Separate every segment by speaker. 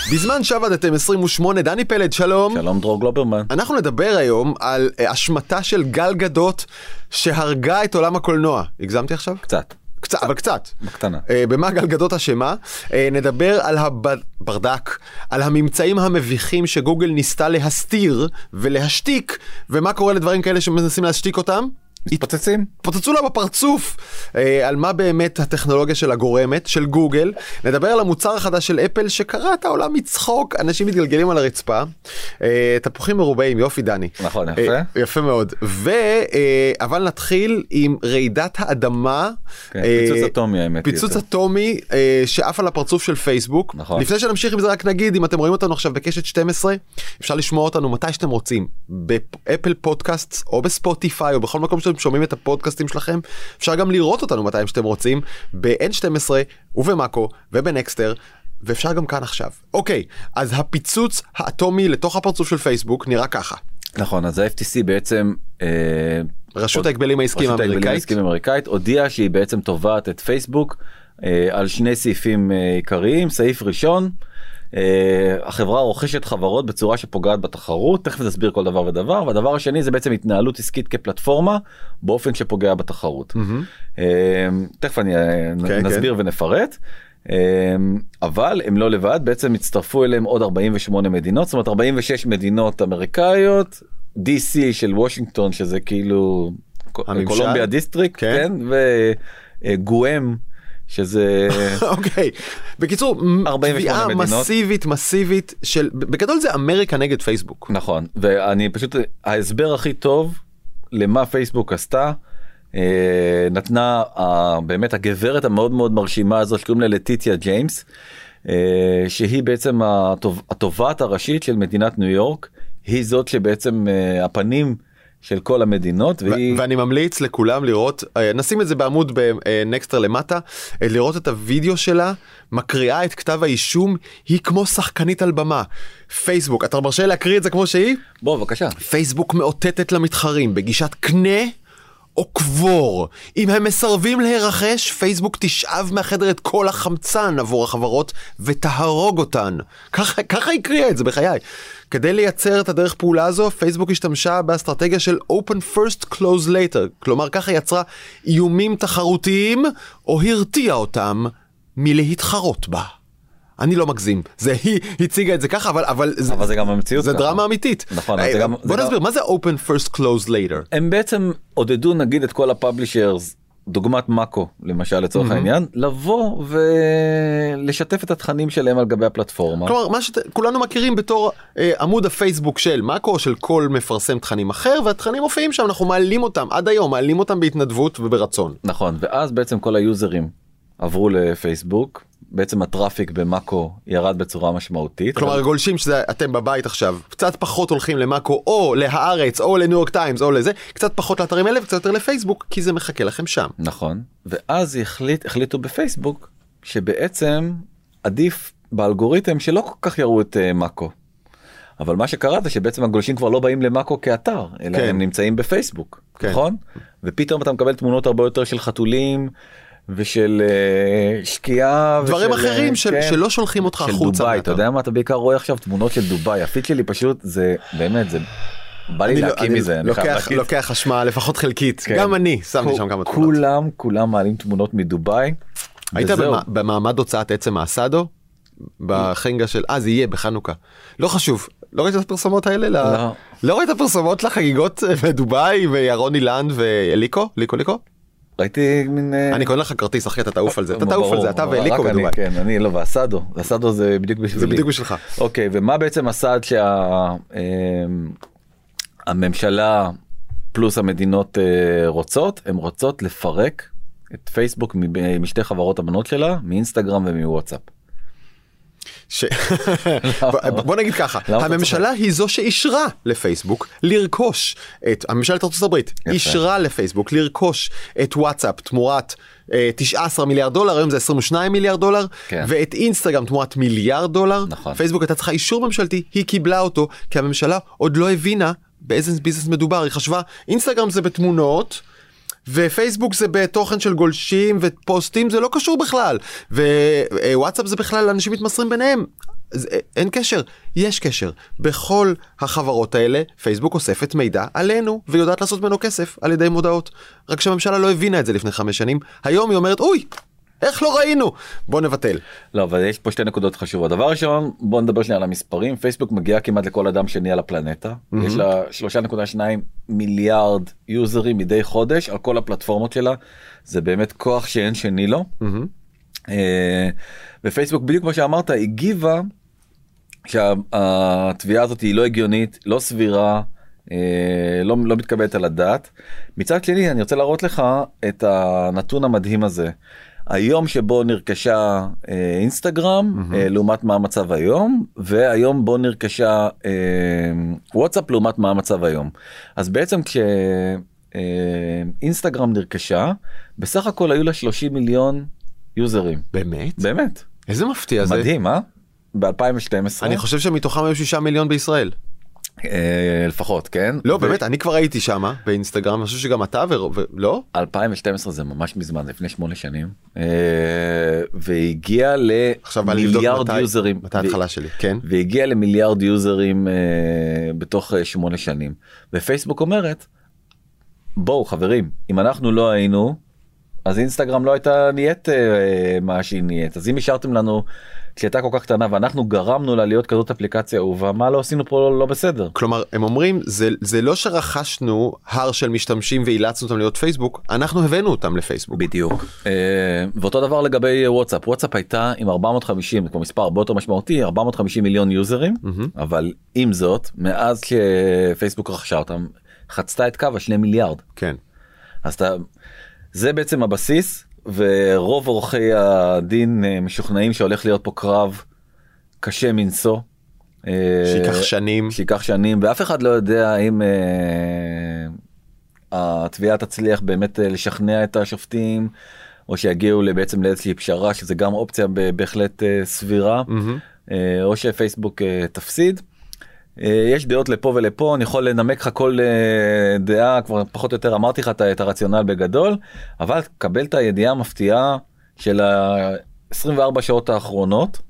Speaker 1: בזמן שעבדתם 28, דני פלד, שלום.
Speaker 2: שלום דרור גלוברמן.
Speaker 1: אנחנו נדבר היום על השמטה של גל גדות שהרגה את עולם הקולנוע. הגזמתי עכשיו?
Speaker 2: קצת.
Speaker 1: אבל קצת.
Speaker 2: בקטנה.
Speaker 1: במה גל גדות אשמה? נדבר על הברדק, על הממצאים המביכים שגוגל ניסתה להסתיר ולהשתיק, ומה קורה לדברים כאלה שמנסים להשתיק אותם?
Speaker 2: התפוצצים?
Speaker 1: פוצצו לה בפרצוף על מה באמת הטכנולוגיה של הגורמת, של גוגל. נדבר על המוצר החדש של אפל שקרא את העולם מצחוק, אנשים מתגלגלים על הרצפה. תפוחים מרובעים, יופי דני.
Speaker 2: נכון, יפה.
Speaker 1: יפה מאוד. אבל נתחיל עם רעידת האדמה.
Speaker 2: כן, פיצוץ אטומי האמת.
Speaker 1: פיצוץ אטומי שאף על הפרצוף של פייסבוק.
Speaker 2: נכון.
Speaker 1: לפני שנמשיך עם זה רק נגיד, אם אתם רואים אותנו עכשיו בקשת 12, אפשר לשמוע אותנו מתי שאתם רוצים, באפל פודקאסט או בספוטיפיי או בכל מקום שאתם שומעים את הפודקאסטים שלכם. אפשר גם לראות אותנו מתי שאתם רוצים, ב-N12 ובמאקו ובנקסטר, ואפשר גם כאן עכשיו. אוקיי, אז הפיצוץ האטומי לתוך הפרצוף של פייסבוק נראה ככה.
Speaker 2: נכון, אז ה-FTC בעצם...
Speaker 1: רשות ההגבלים העסקיים
Speaker 2: האמריקאית הודיעה שהיא בעצם תובעת את פייסבוק על שני סעיפים עיקריים. סעיף ראשון, החברה רוכשת חברות בצורה שפוגעת בתחרות, תכף נסביר כל דבר ודבר, והדבר השני זה בעצם התנהלות עסקית כפלטפורמה באופן שפוגע בתחרות. תכף נסביר ונפרט. אבל הם לא לבד, בעצם הצטרפו אליהם עוד 48 מדינות, זאת אומרת 46 מדינות אמריקאיות, DC של וושינגטון שזה כאילו קולומביה דיסטריקט, כן, וגואם שזה...
Speaker 1: אוקיי, בקיצור, תביעה מסיבית של, בגדול זה אמריקה נגד פייסבוק.
Speaker 2: נכון, ואני פשוט, ההסבר הכי טוב למה פייסבוק עשתה, נתנה באמת הגברת המאוד מאוד מרשימה הזו שקוראים לה לטיטיה ג'יימס, שהיא בעצם התובעת הראשית של מדינת ניו יורק, היא זאת שבעצם הפנים של כל המדינות.
Speaker 1: ואני ממליץ לכולם לראות, נשים את זה בעמוד בנקסטר למטה, לראות את הוידאו שלה, מקריאה את כתב האישום, היא כמו שחקנית על במה. פייסבוק, אתה מרשה להקריא את זה כמו שהיא?
Speaker 2: בוא, בבקשה.
Speaker 1: פייסבוק מאותתת למתחרים בגישת קנה או קבור. אם הם מסרבים להירחש, פייסבוק תשאב מהחדר את כל החמצן עבור החברות ותהרוג אותן. ככה הקריאה את זה בחיי. כדי לייצר את הדרך פעולה הזו, פייסבוק השתמשה באסטרטגיה של Open First Close Later. כלומר, ככה יצרה איומים תחרותיים או הרתיעה אותם מלהתחרות בה. אני לא מגזים. היא הציגה את זה ככה, אבל
Speaker 2: זה גם המציאות
Speaker 1: זה דרמה אמיתית.
Speaker 2: נכון.
Speaker 1: בוא נסביר, מה זה Open First Close Later?
Speaker 2: הם בעצם עודדו נגיד את כל הפאבלישרס, דוגמת מאקו למשל לצורך העניין, לבוא ולשתף את התכנים שלהם על גבי הפלטפורמה.
Speaker 1: כלומר, מה שכולנו מכירים בתור עמוד הפייסבוק של מאקו או של כל מפרסם תכנים אחר, והתכנים מופיעים שם, אנחנו מעלים אותם עד היום, מעלים אותם בהתנדבות וברצון.
Speaker 2: נכון, ואז בעצם כל היוזרים עברו לפייסבוק, בעצם הטראפיק במאקו ירד בצורה משמעותית.
Speaker 1: כלומר, גולשים שאתם בבית עכשיו, קצת פחות הולכים למאקו, או להארץ, או לניו יורק טיימס, או לזה, קצת פחות לאתרים אלה, וקצת יותר לפייסבוק, כי זה מחכה לכם שם.
Speaker 2: נכון, ואז החליטו בפייסבוק, שבעצם עדיף באלגוריתם שלא כל כך יראו את מאקו. אבל מה שקרה זה שבעצם הגולשים כבר לא באים למאקו כאתר, אלא הם נמצאים בפייסבוק, נכון? ופתאום אתה מקבל תמונות הרבה יותר של חתולים, ושל שקיעה
Speaker 1: דברים אחרים שלא שולחים אותך החוצה.
Speaker 2: של דוביי, אתה יודע מה אתה בעיקר רואה עכשיו? תמונות של דוביי, הפיד שלי פשוט זה באמת, זה בא לי להקים מזה.
Speaker 1: לוקח חשמל לפחות חלקית, גם אני שמתי שם כמה תמונות.
Speaker 2: כולם מעלים תמונות מדוביי.
Speaker 1: היית במעמד הוצאת עצם האסדו? בחנגה של, זה יהיה בחנוכה. לא חשוב, לא ראית את הפרסומות האלה? לא ראית הפרסומות לחגיגות בדוביי וירון אילנד ואליקו? ליקו?
Speaker 2: ראיתי מין...
Speaker 1: אני קונה לך כרטיס, אחי, אתה תעוף על זה. אתה תעוף על זה, אתה ואליקו בדוביי.
Speaker 2: כן, אני לא, והסאדו זה בדיוק בשבילי.
Speaker 1: זה בדיוק בשבילך.
Speaker 2: אוקיי, ומה בעצם הסעד שהממשלה פלוס המדינות רוצות? הן רוצות לפרק את פייסבוק משתי חברות הבנות שלה, מאינסטגרם ומוואטסאפ.
Speaker 1: בוא נגיד ככה, הממשלה היא זו שאישרה לפייסבוק לרכוש את, הממשלת ארצות הברית אישרה לפייסבוק לרכוש את וואטסאפ תמורת 19 מיליארד דולר, היום זה 22 מיליארד דולר, ואת אינסטגרם תמורת מיליארד דולר. פייסבוק הייתה צריכה אישור ממשלתי, היא קיבלה אותו, כי הממשלה עוד לא הבינה באיזה ביזנס מדובר, היא חשבה, אינסטגרם זה בתמונות, ופייסבוק זה בתוכן של גולשים ופוסטים, זה לא קשור בכלל, ווואטסאפ זה בכלל אנשים מתמסרים ביניהם. אין קשר, יש קשר. בכל החברות האלה, פייסבוק אוספת מידע עלינו, ויודעת לעשות ממנו כסף על ידי מודעות. רק שהממשלה לא הבינה את זה לפני 5 שנים. היום היא אומרת, אוי, איך לא ראינו? בוא נבטל.
Speaker 2: לא, אבל יש פה 2 נקודות חשובות. דבר ראשון, בוא נדבר שנייה על המספרים. פייסבוק מגיעה כמעט לכל אדם שני על הפלנטה. יש לה 3.2 מיליארד יוזרים מדי חודש על כל הפלטפורמות שלה. זה באמת כוח שאין שני לו. ופייסבוק, בדיוק כמו שאמרת, הגיבה שהתביעה הזאת היא לא הגיונית, לא סבירה, לא מתקבלת על הדעת. מצד שני, אני רוצה להראות לך את הנתון המדהים הזה. היום שבו נרכשה אינסטגרם, לעומת מה המצב היום, והיום בו נרכשה וואטסאפ לעומת מה המצב היום. אז בעצם כשאינסטגרם נרכשה, בסך הכל היו לה 30 מיליון יוזרים.
Speaker 1: באמת?
Speaker 2: באמת.
Speaker 1: איזה מפתיע זה.
Speaker 2: מדהים, ב-2012.
Speaker 1: אני חושב שמתוכם היו 6 מיליון בישראל.
Speaker 2: לפחות, כן?
Speaker 1: לא, באמת, אני כבר הייתי שם באינסטגרם, אני חושב שגם אתה לא?
Speaker 2: 2012 זה ממש מזמן, לפני 8 שנים. והגיע למיליארד יוזרים.
Speaker 1: מתי ההתחלה שלי, כן.
Speaker 2: והגיע למיליארד יוזרים בתוך 8 שנים. ופייסבוק אומרת, בואו חברים, אם אנחנו לא היינו, אז אינסטגרם לא הייתה נהיית מה שהיא נהיית. אז אם השארתם לנו כשהייתה כל כך קטנה ואנחנו גרמנו לה להיות כזאת אפליקציה אהובה, מה לא עשינו פה לא בסדר?
Speaker 1: כלומר, הם אומרים, זה לא שרכשנו הר של משתמשים ואילצנו אותם להיות פייסבוק, אנחנו הבאנו אותם לפייסבוק.
Speaker 2: בדיוק. ואותו דבר לגבי וואטסאפ. וואטסאפ הייתה עם 450, כמו מספר הרבה יותר משמעותי, 450 מיליון יוזרים, אבל עם זאת, מאז שפייסבוק רכשה אותם, חצתה את קו 2 מיליארד.
Speaker 1: כן.
Speaker 2: אז זה בעצם הבסיס, ורוב עורכי הדין משוכנעים שהולך להיות פה קרב קשה מנשוא. שיקח שנים, ואף אחד לא יודע אם התביעה תצליח באמת לשכנע את השופטים, או שיגיעו בעצם לאיזושהי פשרה, שזה גם אופציה בהחלט סבירה, או שפייסבוק תפסיד. יש דעות לפה ולפה, אני יכול לנמק לך כל דעה, כבר פחות או יותר אמרתי לך את הרציונל בגדול, אבל קבל את הידיעה המפתיעה של ה-24 שעות האחרונות.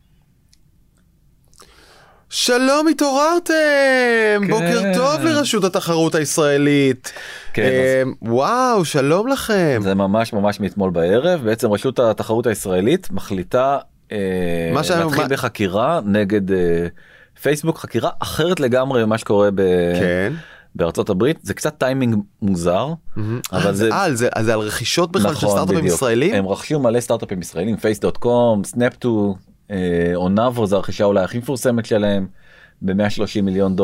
Speaker 1: שלום, התעוררתם! כן. בוקר טוב לרשות התחרות הישראלית.
Speaker 2: כן,
Speaker 1: וואו, שלום לכם.
Speaker 2: זה ממש ממש מאתמול בערב, בעצם רשות התחרות הישראלית מחליטה להתחיל בחקירה נגד פייסבוק, חקירה אחרת לגמרי ממה שקורה בארצות הברית. זה קצת טיימינג מוזר, אבל זה
Speaker 1: על רכישות בכלל של סטארט-אפים ישראלים?
Speaker 2: הם רכשו מלא סטארט-אפים ישראלים, Face.com, Snap2, אונאבו, זה הרכישה אולי הכי מפורסמת שלהם, ב$130 מיליון.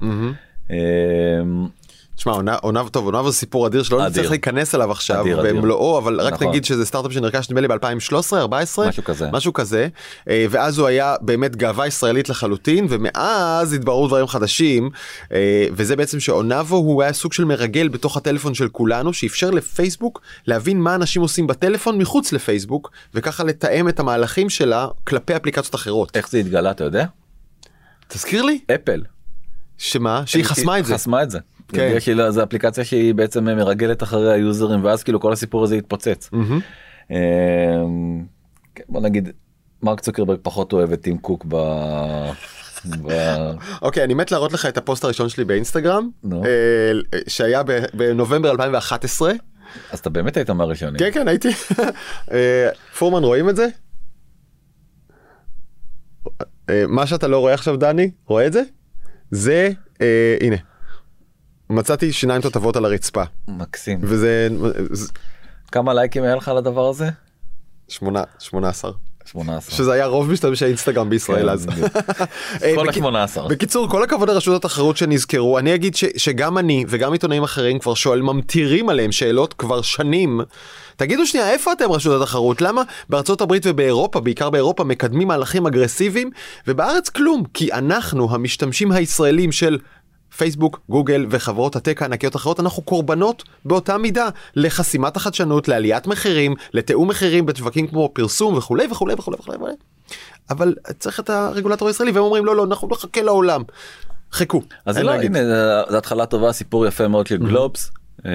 Speaker 1: תשמע, אונאבו זה סיפור אדיר שלא נצטרך להיכנס אליו עכשיו במלואו, אבל רק נגיד שזה סטארט-אפ שנרכש נדמה לי ב-2013-2014, משהו כזה, ואז הוא היה באמת גאווה ישראלית לחלוטין, ומאז התבררו דברים חדשים, וזה בעצם שאונאבו הוא היה סוג של מרגל בתוך הטלפון של כולנו, שאפשר לפייסבוק להבין מה אנשים עושים בטלפון מחוץ לפייסבוק, וככה לתאם את המהלכים שלה כלפי אפליקציות אחרות.
Speaker 2: איך זה התגלה, אתה יודע?
Speaker 1: תזכיר לי.
Speaker 2: אפל.
Speaker 1: שמה? שהיא חסמה את זה.
Speaker 2: חסמה את זה. כן. זו אפליקציה שהיא בעצם מרגלת אחרי היוזרים, ואז כאילו כל הסיפור הזה יתפוצץ. בוא נגיד, מרק צוקרברג פחות אוהב את טים קוק
Speaker 1: אוקיי, אני מת להראות לך את הפוסט הראשון שלי באינסטגרם, שהיה בנובמבר 2011.
Speaker 2: אז אתה באמת היית מהראשונים.
Speaker 1: כן, כן, הייתי. פורמן, רואים את זה? מה שאתה לא רואה עכשיו, דני, רואה את זה? זה, הנה. מצאתי שיניים תותבות על הרצפה.
Speaker 2: מקסים.
Speaker 1: וזה...
Speaker 2: כמה לייקים היה לך על הדבר הזה?
Speaker 1: 18.
Speaker 2: 18.
Speaker 1: שזה היה רוב משתמשי האינסטגרם בישראל אז.
Speaker 2: כל ה-18.
Speaker 1: בקיצור, כל הכבוד לרשות התחרות שנזכרו. אני אגיד שגם אני וגם עיתונאים אחרים כבר ממטירים עליהם שאלות כבר שנים. תגידו שנייה, איפה אתם רשות התחרות? למה בארצות הברית ובאירופה, בעיקר באירופה, מקדמים מהלכים אגרסיביים, ובארץ כלום? כי אנחנו, המשתמשים הישראלים של פייסבוק, גוגל וחברות הטק הענקיות אחרות, אנחנו קורבנות באותה מידה לחסימת החדשנות, לעליית מחירים, לתיאום מחירים בתווקים כמו פרסום וכולי וכולי וכולי וכולי. אבל צריך את הרגולטור הישראלי, והם אומרים, לא, אנחנו נחכה לעולם. חכו.
Speaker 2: אז לא, הנה, זו התחלה טובה, סיפור יפה מאוד של גלובס.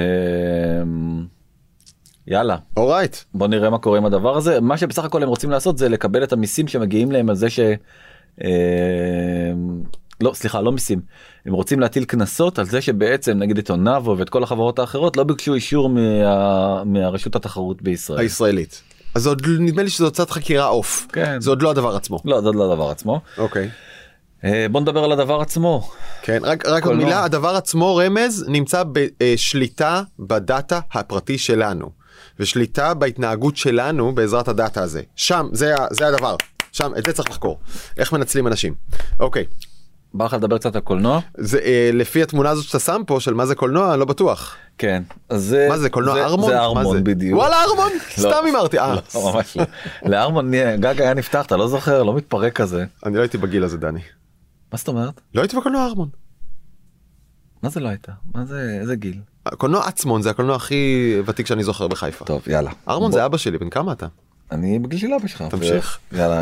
Speaker 2: יאללה.
Speaker 1: אורייט.
Speaker 2: בוא נראה מה קורה עם הדבר הזה. מה שבסך הכל הם רוצים לעשות זה לקבל את המיסים שמגיעים להם על זה לא, סליחה, לא מיסים. הם רוצים להטיל קנסות על זה שבעצם נגיד את אונאבו ואת כל החברות האחרות לא ביקשו אישור מהרשות התחרות בישראל.
Speaker 1: הישראלית. אז עוד נדמה לי שזו הוצאת חקירה אוף.
Speaker 2: כן.
Speaker 1: זה עוד לא הדבר עצמו.
Speaker 2: לא, זה עוד לא הדבר עצמו.
Speaker 1: אוקיי.
Speaker 2: בוא נדבר על הדבר עצמו.
Speaker 1: כן, רק עוד מילה, הדבר עצמו רמז נמצא בשליטה בדאטה הפרטי שלנו, ושליטה בהתנהגות שלנו בעזרת הדאטה הזה. שם, זה הדבר. שם, את זה צריך לחקור. איך מנצלים אנשים. אוקיי.
Speaker 2: בא לך לדבר קצת על קולנוע?
Speaker 1: זה, לפי התמונה הזאת שאתה שם פה, של מה זה קולנוע, אני לא בטוח.
Speaker 2: כן.
Speaker 1: מה זה, קולנוע ארמון?
Speaker 2: זה ארמון בדיוק.
Speaker 1: וואלה, ארמון? סתם אמרתי.
Speaker 2: לא, ממש לא. לארמון גג היה נפתח, אתה לא זוכר? לא מתפרק כזה.
Speaker 1: אני לא הייתי בגיל הזה, דני.
Speaker 2: מה זאת אומרת?
Speaker 1: לא הייתי בקולנוע ארמון.
Speaker 2: מה זה לא הייתה? מה זה, איזה גיל?
Speaker 1: קולנוע עצמון זה הקולנוע הכי ותיק שאני זוכר בחיפה.
Speaker 2: טוב, יאללה.
Speaker 1: ארמון זה אבא שלי, בן כמה אתה?
Speaker 2: אני בגיל של אבא שלך.
Speaker 1: תמשיך.
Speaker 2: יאללה.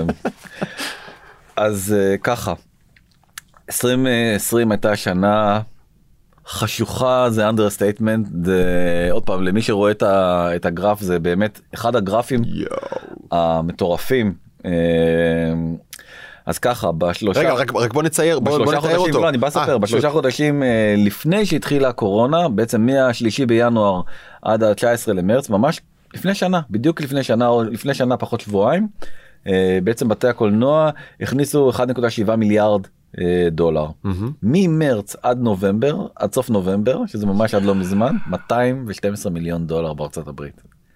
Speaker 2: אז ככה. 2020 הייתה שנה חשוכה, זה understatement, עוד פעם, למי שרואה את הגרף, זה באמת אחד הגרפים המטורפים. אז ככה,
Speaker 1: רגע, רק בוא נצייר, בוא נתאר אותו.
Speaker 2: לא, אני בא לספר, בשלושה חודשים לפני שהתחילה הקורונה, בעצם מה-3 בינואר עד ה-19 למרץ, ממש לפני שנה, בדיוק לפני שנה, או לפני שנה פחות שבועיים, בעצם בתי הקולנוע הכניסו 1.7 מיליארד דולר. ממרץ עד נובמבר, עד סוף נובמבר, שזה ממש עד לא מזמן, 212 מיליון דולר בארצות הברית.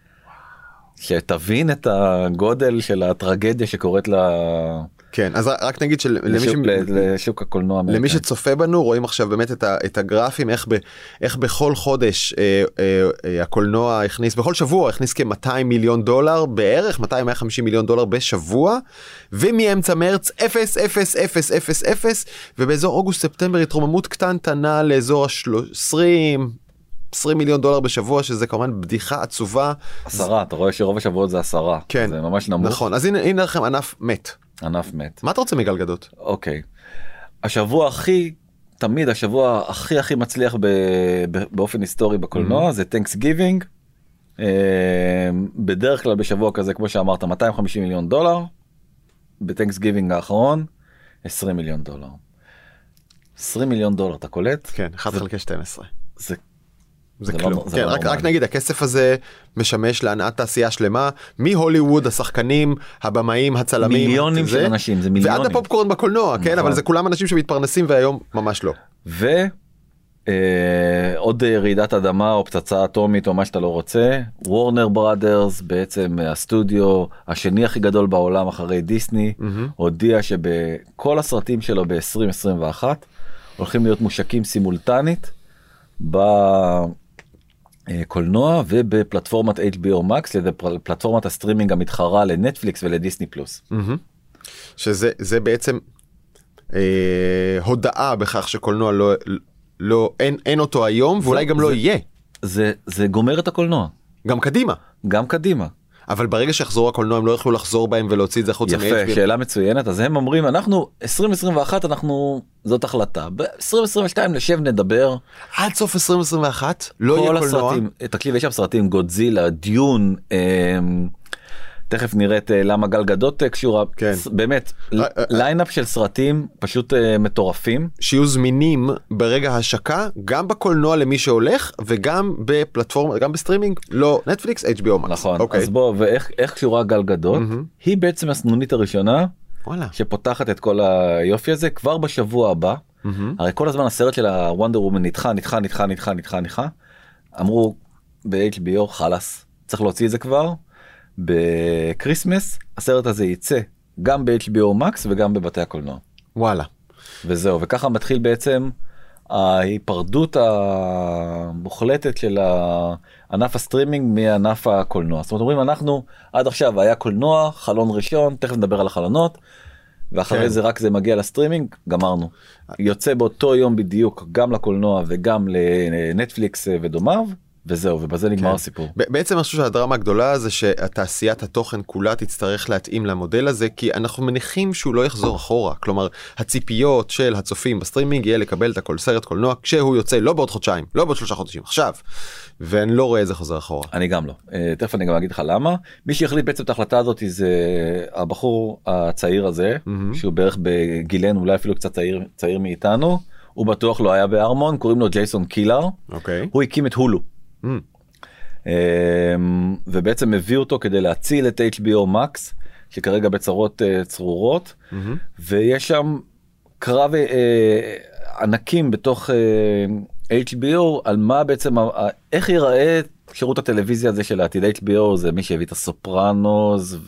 Speaker 2: שתבין את הגודל של הטרגדיה שקורית
Speaker 1: כן, אז רק נגיד
Speaker 2: לשוק הקולנוע.
Speaker 1: למי שצופה בנו, רואים עכשיו באמת את הגרפים, איך בכל חודש הקולנוע הכניס, בכל שבוע הכניס כ-200 מיליון דולר, בערך 200-150 מיליון דולר בשבוע, ומאמצע מרץ 0, 0, 0, 0, 0, ובאזור אוגוסט-ספטמבר התרוממות קטנטנה לאזור ה-20 מיליון דולר בשבוע, שזה כמובן בדיחה עצובה.
Speaker 2: 10, אתה רואה שרוב השבועות זה 10.
Speaker 1: כן,
Speaker 2: זה ממש נמוך.
Speaker 1: נכון, אז הנה לכם ענף מת.
Speaker 2: ענף מת.
Speaker 1: מה אתה רוצה מגל גדות?
Speaker 2: אוקיי. השבוע תמיד השבוע הכי מצליח באופן היסטורי בקולנוע, זה Thanksgiving. בדרך כלל בשבוע כזה, כמו שאמרת, 250 מיליון דולר. ב-Thanksgiving האחרון, 20 מיליון דולר. 20 מיליון דולר, אתה קולט?
Speaker 1: כן, 1 חלקי 12. זה
Speaker 2: לא,
Speaker 1: כלום. כן, רק נגיד, הכסף הזה משמש להנעת תעשייה שלמה, מהוליווד, השחקנים, הבמאים, הצלמים,
Speaker 2: מיליונים של אנשים, זה מיליונים.
Speaker 1: ועד הפופקורן בקולנוע, כן, אבל זה כולם אנשים שמתפרנסים והיום ממש לא.
Speaker 2: ועוד רעידת אדמה או פצצה אטומית או מה שאתה לא רוצה, וורנר בראדרס, בעצם הסטודיו השני הכי גדול בעולם אחרי דיסני, הודיע שבכל הסרטים שלו ב-2021 הולכים להיות מושקים סימולטנית בקולנוע ובפלטפורמת HBO Max, שזה פלטפורמת הסטרימינג המתחרה לנטפליקס ולדיסני פלוס.
Speaker 1: שזה בעצם הודעה בכך שקולנוע אין אותו היום, ואולי גם לא יהיה.
Speaker 2: זה גומר את הקולנוע.
Speaker 1: גם קדימה.
Speaker 2: גם קדימה.
Speaker 1: אבל ברגע שיחזור הקולנוע הם לא יוכלו לחזור בהם ולהוציא את זה החוצה.
Speaker 2: יפה, שאלה מצוינת. אז הם אומרים, אנחנו 2021 זאת החלטה, ב-2022 נשב נדבר.
Speaker 1: עד סוף 2021 לא יהיה קולנוע.
Speaker 2: תקשיב, יש שם סרטים, גודזילה, דיון, תכף נראית למה גל גדות קשורה, באמת, ליינאפ של סרטים פשוט מטורפים.
Speaker 1: שיהיו זמינים ברגע השקה, גם בקולנוע למי שהולך, וגם בפלטפורמה, גם בסטרימינג, לא נטפליקס, HBO Max.
Speaker 2: נכון, אז בוא, ואיך קשורה גל גדות? היא בעצם הסנונית הראשונה, שפותחת את כל היופי הזה, כבר בשבוע הבא, הרי כל הזמן הסרט של הוונדר וומן נדחה, אמרו ב-HBO חלס, צריך להוציא את זה כבר, בקריסמס הסרט הזה יצא גם ב-HBO Max וגם בבתי הקולנוע.
Speaker 1: וואלה.
Speaker 2: וזהו, וככה מתחיל בעצם ההיפרדות המוחלטת של ענף הסטרימינג מענף הקולנוע. זאת אומרת, אומרים, אנחנו עד עכשיו היה קולנוע, חלון ראשון, תכף נדבר על החלונות, ואחרי זה רק זה מגיע לסטרימינג, גמרנו. יוצא באותו יום בדיוק גם לקולנוע וגם לנטפליקס ודומיו, וזהו, ובזה נגמר הסיפור.
Speaker 1: בעצם משהו שהדרמה הגדולה זה שהתעשיית התוכן כולה תצטרך להתאים למודל הזה, כי אנחנו מניחים שהוא לא יחזור אחורה. כלומר, הציפיות של הצופים בסטרימינג יהיה לקבל את הכל סרט קולנוע כשהוא יוצא, לא בעוד חודשיים, לא בעוד 3 חודשים, עכשיו. ואני לא רואה איזה חוזר אחורה.
Speaker 2: אני גם לא. תכף אני גם אגיד לך למה. מי שהחליט בעצם את ההחלטה הזאת זה הבחור הצעיר הזה, שהוא בערך בגילנו, אולי אפילו קצת צעיר מאיתנו. הוא בטוח לא היה בארמון, קוראים לו ג'ייסון קילר. הוא הקים את הולו. ובעצם הביא אותו כדי להציל את HBO Max, שכרגע בצרות צרורות, ויש שם קרב ענקים בתוך HBO על מה בעצם, איך ייראה שירות הטלוויזיה הזה של העתיד. HBO זה מי שהביא את הסופרנוס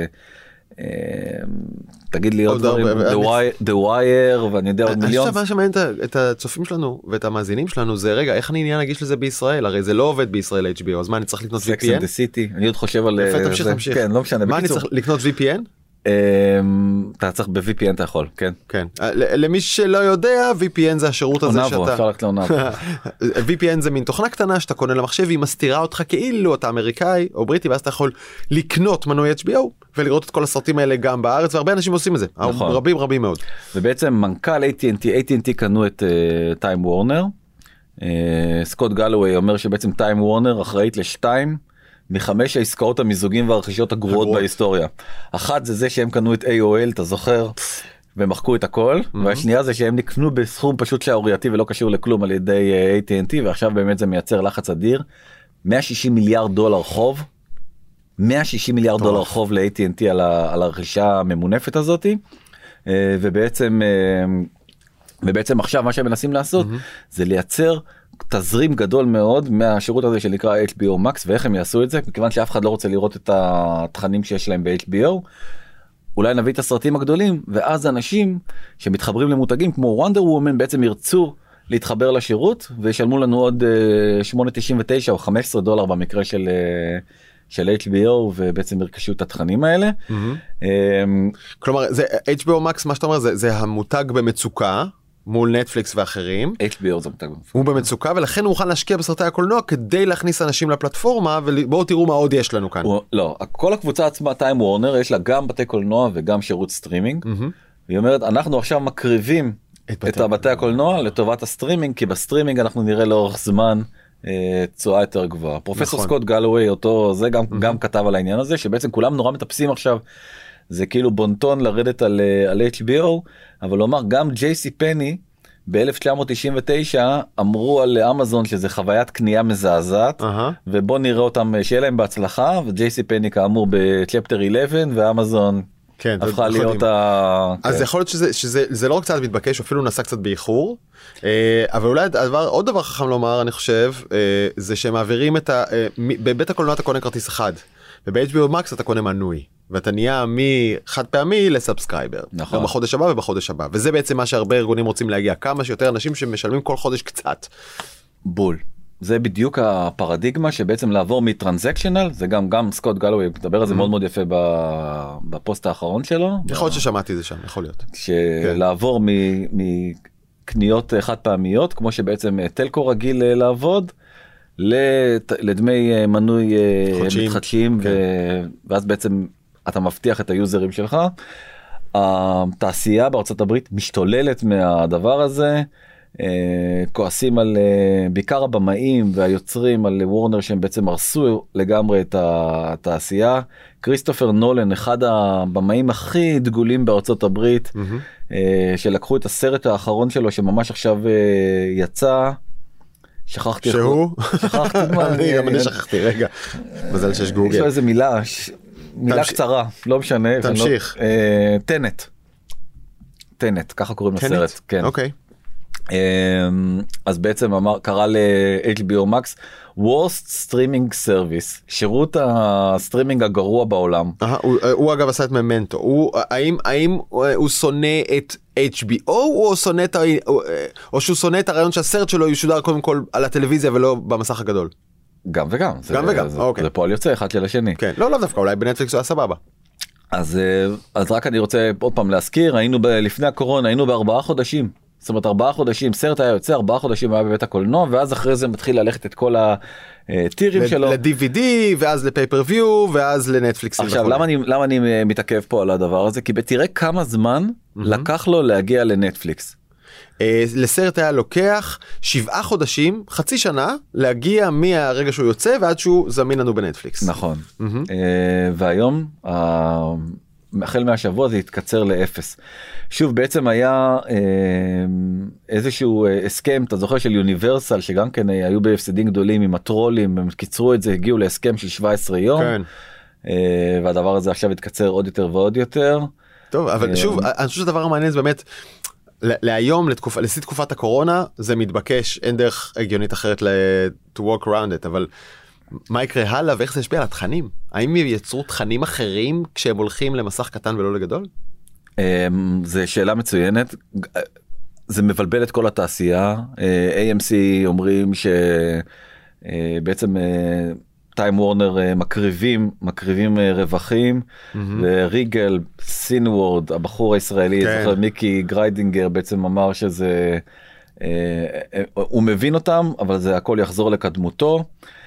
Speaker 2: תגיד לי עוד דברים, The Wire ואני יודע עוד מיליון.
Speaker 1: אני חושב מה שמעניין את הצופים שלנו ואת המאזינים שלנו זה רגע איך אני עניין להגיש לזה בישראל, הרי זה לא עובד בישראל HBO, אז מה אני צריך לקנות VPN?
Speaker 2: Sex and the City, אני עוד חושב על
Speaker 1: תמשיך.
Speaker 2: כן, לא משנה.
Speaker 1: מה אני צריך לקנות VPN?
Speaker 2: אתה צריך ב-VPN אתה יכול, כן.
Speaker 1: כן. למי שלא יודע, VPN זה השירות הזה שאתה...
Speaker 2: אפשר ללכת לעונבו.
Speaker 1: VPN זה מין תוכנה קטנה שאתה קונה למחשב, היא מסתירה אותך כאילו אתה אמריקאי או בריטי, ואז אתה יכול לקנות מנוי HBO ולראות את כל הסרטים האלה גם בארץ, והרבה אנשים עושים את זה. רבים מאוד.
Speaker 2: ובעצם מנכ"ל AT&T קנו את טיים וורנר. סקוט גלווי אומר שבעצם טיים וורנר אחראית ל2 מ5 העסקאות המיזוגים והרכישות הגרועות בהיסטוריה. אחת זה שהם קנו את AOL, אתה זוכר, ומחקו את הכל, והשנייה זה שהם נקנו בסכום פשוט שערורייתי ולא קשור לכלום על ידי AT&T, ועכשיו באמת זה מייצר לחץ אדיר. 160 מיליארד דולר חוב, 160 מיליארד דולר חוב ל-AT&T על הרכישה הממונפת הזאת, ובעצם עכשיו מה שהם מנסים לעשות זה לייצר תזרים גדול מאוד מהשירות הזה שנקרא HBO Max, ואיך הם יעשו את זה? מכיוון שאף אחד לא רוצה לראות את התכנים שיש להם ב-HBO, אולי נביא את הסרטים הגדולים, ואז אנשים שמתחברים למותגים כמו וונדר וומן בעצם ירצו להתחבר לשירות, וישלמו לנו עוד 8.99 או $15 במקרה של HBO, ובעצם ירכשו את התכנים האלה.
Speaker 1: כלומר, HBO Max, מה שאתה אומר, זה המותג במצוקה, מול נטפליקס ואחרים.
Speaker 2: HBO זה מותג במצוקה.
Speaker 1: הוא במצוקה, ולכן הוא מוכן להשקיע בסרטי הקולנוע כדי להכניס אנשים לפלטפורמה, ובואו תראו מה עוד יש לנו כאן.
Speaker 2: לא, כל הקבוצה עצמה, טיים וורנר, יש לה גם בתי קולנוע וגם שירות סטרימינג. והיא אומרת, אנחנו עכשיו מקריבים את בתי הקולנוע לטובת הסטרימינג, כי בסטרימינג אנחנו נראה לאורך זמן תשואה יותר גבוהה. פרופסור סקוט גלווי, אותו, זה גם כתב על העניין הזה, שבעצם כולם נורא מטפסים עכשיו, זה כאילו בונטון לרדת על HBO, אבל לומר, גם ג'ייסי פני ב-1999 אמרו על אמזון שזה חוויית קנייה מזעזעת, ובוא נראה אותם, שיהיה להם בהצלחה, וג'ייסי פני כאמור בצ'פטר 11, ואמזון הפכה להיות
Speaker 1: אז יכול להיות שזה לא רק קצת מתבקש, אפילו נסע קצת באיחור, אבל אולי עוד דבר חכם לומר, אני חושב, זה שהם מעבירים בבית הקולנוע אתה קונה כרטיס אחד, וב-HBO Max אתה קונה מנוי. ואתה נהיה מחד פעמי לסאבסקרייבר. נכון. בחודש הבא ובחודש הבא. וזה בעצם מה שהרבה ארגונים רוצים להגיע. כמה שיותר אנשים שמשלמים כל חודש קצת.
Speaker 2: בול. זה בדיוק הפרדיגמה שבעצם לעבור מטרנזקשנל, זה גם סקוט גלווי מדבר על זה מאוד מאוד יפה בפוסט האחרון שלו.
Speaker 1: יכול להיות ששמעתי זה שם, יכול להיות.
Speaker 2: שלעבור מקניות חד פעמיות, כמו שבעצם טלקו רגיל לעבוד, לדמי מנוי מתחדשים, ואז בעצם אתה מבטיח את היוזרים שלך. התעשייה בארצות הברית משתוללת מהדבר הזה, כועסים על בעיקר הבמאים והיוצרים על וורנר שהם בעצם הרסו לגמרי את התעשייה. כריסטופר נולן, אחד הבמאים הכי דגולים בארצות הברית, שלקחו את הסרט האחרון שלו שממש עכשיו יצא, שכחתי
Speaker 1: שהוא? שכחתי מה? אני שכחתי, רגע. מזל שיש גוגל.
Speaker 2: יש לו איזה מילה קצרה, לא משנה.
Speaker 1: תמשיך.
Speaker 2: טנט, ככה קוראים לסרט. כן.
Speaker 1: אוקיי.
Speaker 2: אז בעצם קרא ל-HBO Max Worst Streaming Service, שירות הסטרימינג הגרוע בעולם.
Speaker 1: הוא אגב עשה את ממנטו. האם הוא שונא את HBO או שהוא שונא את הרעיון שהסרט שלו ישודר קודם כל על הטלוויזיה ולא במסך הגדול?
Speaker 2: גם וגם.
Speaker 1: גם וגם, אוקיי.
Speaker 2: זה פועל יוצא אחד של השני.
Speaker 1: כן, לא דווקא, אולי בנטפליקס הוא היה סבבה.
Speaker 2: אז רק אני רוצה עוד פעם להזכיר, לפני הקורונה היינו ב4 חודשים זאת אומרת 4 חודשים, סרט היה יוצא, 4 חודשים היה בבית הקולנוע, ואז אחרי זה מתחיל ללכת את כל הטירים שלו.
Speaker 1: ל-DVD, ואז לפייפריוויו, ואז לנטפליקסים.
Speaker 2: עכשיו, למה אני מתעכב פה על הדבר הזה? כי תראה כמה זמן לקח לו להגיע לנטפליקס.
Speaker 1: לסרט היה לוקח 7 חודשים, חצי שנה, להגיע מהרגע שהוא יוצא ועד שהוא זמין לנו בנטפליקס.
Speaker 2: נכון. והיום, החל מהשבוע זה התקצר לאפס. שוב, בעצם היה איזשהו הסכם, אתה זוכר, של יוניברסל, שגם כן היו בהפסדים גדולים עם הטרולים, הם קיצרו את זה, הגיעו להסכם של 17 יום,
Speaker 1: כן.
Speaker 2: והדבר הזה עכשיו התקצר עוד יותר ועוד יותר.
Speaker 1: טוב, אבל שוב, אני חושב שהדבר המעניין זה באמת, להיום, לשיא תקופת הקורונה, זה מתבקש, אין דרך הגיונית אחרת to walk around it, אבל מה יקרה הלאה ואיך זה ישפיע על התכנים? האם יצרו תכנים אחרים כשהם הולכים למסך קטן ולא לגדול?
Speaker 2: זה שאלה מצוינת, זה מבלבל את כל התעשייה. AMC אומרים שבעצם טיים וורנר מקריבים רווחים, וריגל, סינוורד, הבחור הישראלי, זוכר, מיקי גריידינגר בעצם אמר שזה, הוא מבין אותם, אבל זה הכל יחזור לקדמותו,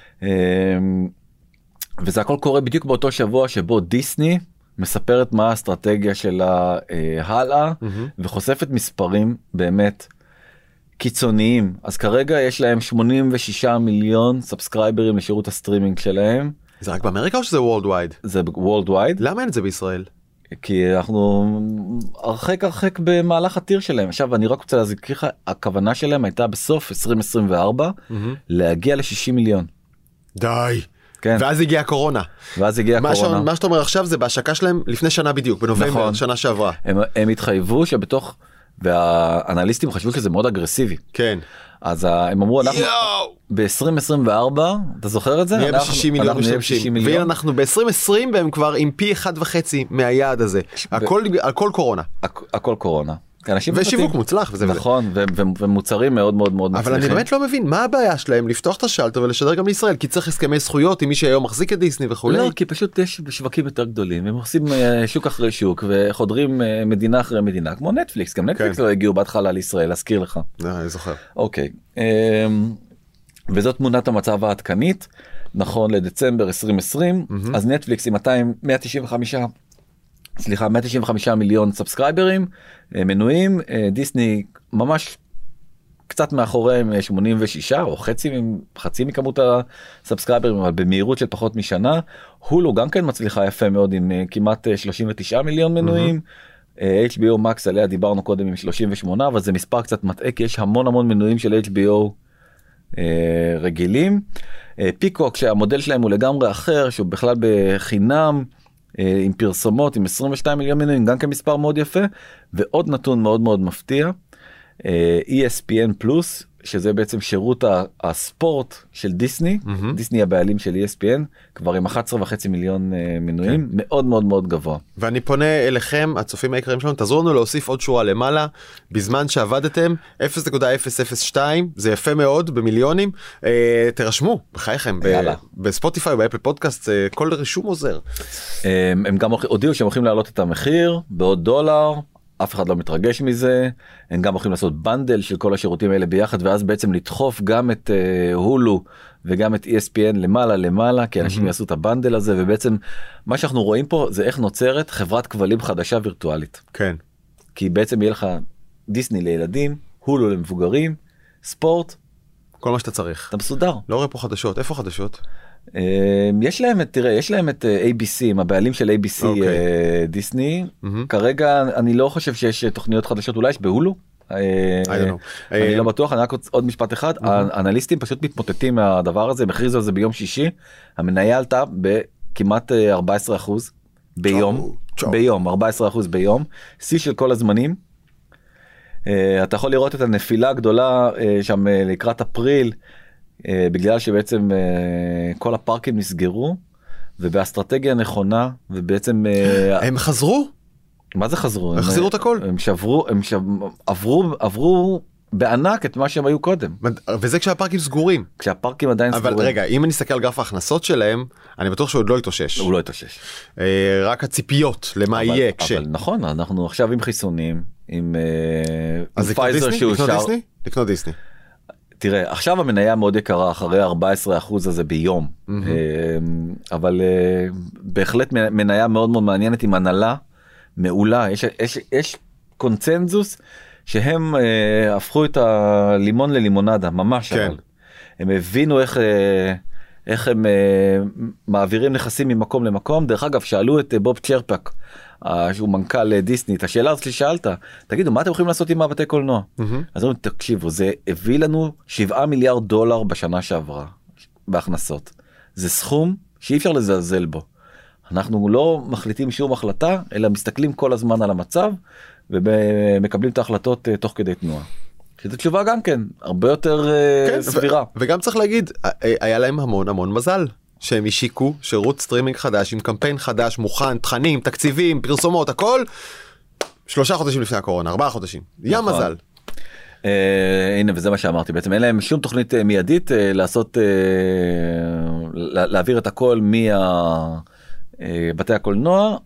Speaker 2: וזה הכל קורה בדיוק באותו שבוע שבו דיסני מספרת מה האסטרטגיה שלה הלאה, וחושפת מספרים באמת קיצוניים. אז כרגע יש להם 86 מיליון סאבסקרייברים לשירות הסטרימינג שלהם. זה
Speaker 1: רק באמריקה או שזה וורלדווייד?
Speaker 2: זה וורלדווייד.
Speaker 1: למה אין את זה בישראל?
Speaker 2: כי אנחנו הרחק במהלך הטיר שלהם. עכשיו אני רק רוצה להזכיר לך, הכוונה שלהם הייתה בסוף 2024 להגיע ל-60 מיליון.
Speaker 1: די. כן. ואז הגיעה הקורונה. מה שאתה אומר עכשיו זה בהשקה שלהם לפני שנה בדיוק, בנובמבר, נכון. שנה שעברה.
Speaker 2: הם התחייבו שבתוך, והאנליסטים חשבו שזה מאוד אגרסיבי.
Speaker 1: כן.
Speaker 2: אז הם אמרו, אנחנו ב-2024, אתה זוכר את זה?
Speaker 1: נהיה ב-60 מיליון משתמשים. והנה אנחנו ב-2020 והם כבר עם פי 1.5 מהיעד הזה. הכל קורונה.
Speaker 2: הכל קורונה.
Speaker 1: ושיווק מוצלח וזה
Speaker 2: נכון, ומוצרים מאוד מאוד מאוד
Speaker 1: מצליחים. אבל אני באמת לא מבין מה הבעיה שלהם לפתוח את השלטר ולשדר גם לישראל, כי צריך הסכמי זכויות עם מי שהיום מחזיק את דיסני וכו'.
Speaker 2: לא, כי פשוט יש שווקים יותר גדולים, הם עושים שוק אחרי שוק וחודרים מדינה אחרי מדינה, כמו נטפליקס, גם נטפליקס לא הגיעו בהתחלה לישראל, להזכיר לך.
Speaker 1: אני זוכר.
Speaker 2: אוקיי, וזאת תמונת המצב העדכנית, נכון לדצמבר 2020, אז נטפליקס עם 195 מיליון סאבסקרייברים, מנויים, דיסני ממש קצת מאחוריהם 86 או חצי מכמות הסאבסקרייברים, אבל במהירות של פחות משנה. הולו גם כן מצליחה יפה מאוד עם כמעט 39 מיליון מנויים, HBO Max עליה דיברנו קודם עם 38, אבל זה מספר קצת מטעה כי יש המון מנויים של HBO רגילים. פיקוק שהמודל שלהם הוא לגמרי אחר, שהוא בכלל בחינם, עם פרסומות, עם 22 מיליון מנויים, גם כמספר מאוד יפה, ועוד נתון מאוד מאוד מפתיע, ESPN פלוס, שזה בעצם שירות הספורט של דיסני, דיסני הבעלים של ESPN, כבר עם 11.5 מיליון מנויים, מאוד מאוד מאוד גבוה.
Speaker 1: ואני פונה אליכם, הצופים העיקריים שלנו, תעזרו לנו להוסיף עוד שורה למעלה, בזמן שעבדתם, 0.002, זה יפה מאוד, במיליונים, תרשמו, בחייכם, בספוטיפיי ובאפל פודקאסט, כל רישום עוזר.
Speaker 2: הם גם הודיעו שהם הולכים להעלות את המחיר, בעוד $1, אף אחד לא מתרגש מזה, הם גם הולכים לעשות בנדל של כל השירותים האלה ביחד, ואז בעצם לדחוף גם את הולו וגם את ESPN למעלה, כי אנשים יעשו את הבנדל הזה, ובעצם מה שאנחנו רואים פה זה איך נוצרת חברת כבלים חדשה וירטואלית.
Speaker 1: כן.
Speaker 2: כי בעצם יהיה לך דיסני לילדים, הולו למבוגרים, ספורט.
Speaker 1: כל מה שאתה צריך.
Speaker 2: אתה מסודר.
Speaker 1: לא רואה פה חדשות, איפה חדשות?
Speaker 2: יש להם את, תראה, יש להם את ABC, הבעלים של ABC דיסני, כרגע אני לא חושב שיש תוכניות חדשות, אולי יש בהולו? אני לא בטוח, אני רק עוד משפט אחד, האנליסטים פשוט מתמוטטים מהדבר הזה, הם הכריזו על זה ביום שישי, המניה עלתה בכמעט 14% ביום, 14% ביום, שיא של כל הזמנים, אתה יכול לראות את הנפילה הגדולה שם לקראת אפריל, בגלל שבעצם כל הפארקים נסגרו, ובאסטרטגיה נכונה, ובעצם
Speaker 1: הם חזרו?
Speaker 2: מה זה חזרו?
Speaker 1: הם החזירו את הכל?
Speaker 2: הם עברו בענק את מה שהם היו קודם.
Speaker 1: וזה כשהפארקים סגורים.
Speaker 2: כשהפארקים עדיין סגורים.
Speaker 1: אבל רגע, אם אני אסתכל על גרף ההכנסות שלהם, אני בטוח שהוא עוד לא יתאושש.
Speaker 2: הוא לא יתאושש.
Speaker 1: רק הציפיות למה יהיה כש...
Speaker 2: אבל נכון, אנחנו עכשיו עם חיסונים, עם
Speaker 1: אז לקנות
Speaker 2: פייזר
Speaker 1: דיסני?
Speaker 2: שאושר.
Speaker 1: לקנות דיסני? לקנות דיסני.
Speaker 2: תראה, עכשיו המניה מאוד יקרה אחרי 14% הזה ביום, אבל בהחלט מניה מאוד מאוד מעניינת עם הנהלה מעולה, יש קונצנזוס שהם הפכו את הלימון ללימונדה, ממש.
Speaker 1: כן.
Speaker 2: אבל. הם הבינו איך הם מעבירים נכסים ממקום למקום. דרך אגב, שאלו את בוב צ'רפק, שהוא מנכ"ל דיסני, את השאלה הזאת ששאלת, תגידו, מה אתם יכולים לעשות עם בתי קולנוע? אז אומרים, תקשיבו, זה הביא לנו $7 מיליארד בשנה שעברה, בהכנסות. זה סכום שאי אפשר לזלזל בו. אנחנו לא מחליטים שום החלטה, אלא מסתכלים כל הזמן על המצב, ומקבלים את ההחלטות תוך כדי תנועה. שזו תשובה גם כן, הרבה יותר סבירה.
Speaker 1: וגם צריך להגיד, היה להם המון המון מזל. שהם השיקו שירות סטרימינג חדש עם קמפיין חדש, מוכן, תכנים, תקציבים, פרסומות, הכל 3 חודשים לפני הקורונה, 4 חודשים. ים מזל.
Speaker 2: הנה, וזה מה שאמרתי, בעצם אין להם שום תוכנית מיידית לעשות, להעביר את הכל מבתי הקולנוע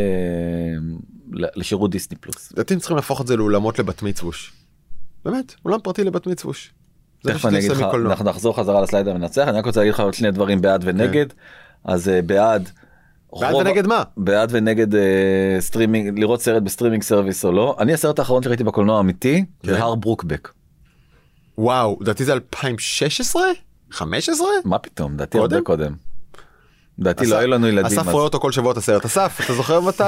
Speaker 2: לשירות דיסני פלוס.
Speaker 1: אתם צריכים להפוך את זה לאולמות לבת מצווש. באמת, אולם פרטי לבת מצווש.
Speaker 2: תכף אני אגיד לך, אנחנו נחזור חזרה לסלייד המנצח, אני רק רוצה להגיד לך עוד 2 דברים בעד ונגד. אז בעד
Speaker 1: ונגד מה?
Speaker 2: בעד ונגד סטרימינג, לראות סרט בסטרימינג סרוויס או לא. אני הסרט האחרון שראיתי בקולנוע אמיתי, זה הר ברוקבק.
Speaker 1: וואו, דעתי זה 2016? 15?
Speaker 2: מה פתאום, דעתי הרבה קודם. דעתי לא היו לנו ילדים.
Speaker 1: אסף רואה אותו כל שבוע את הסרט. אסף, אתה זוכר מתי?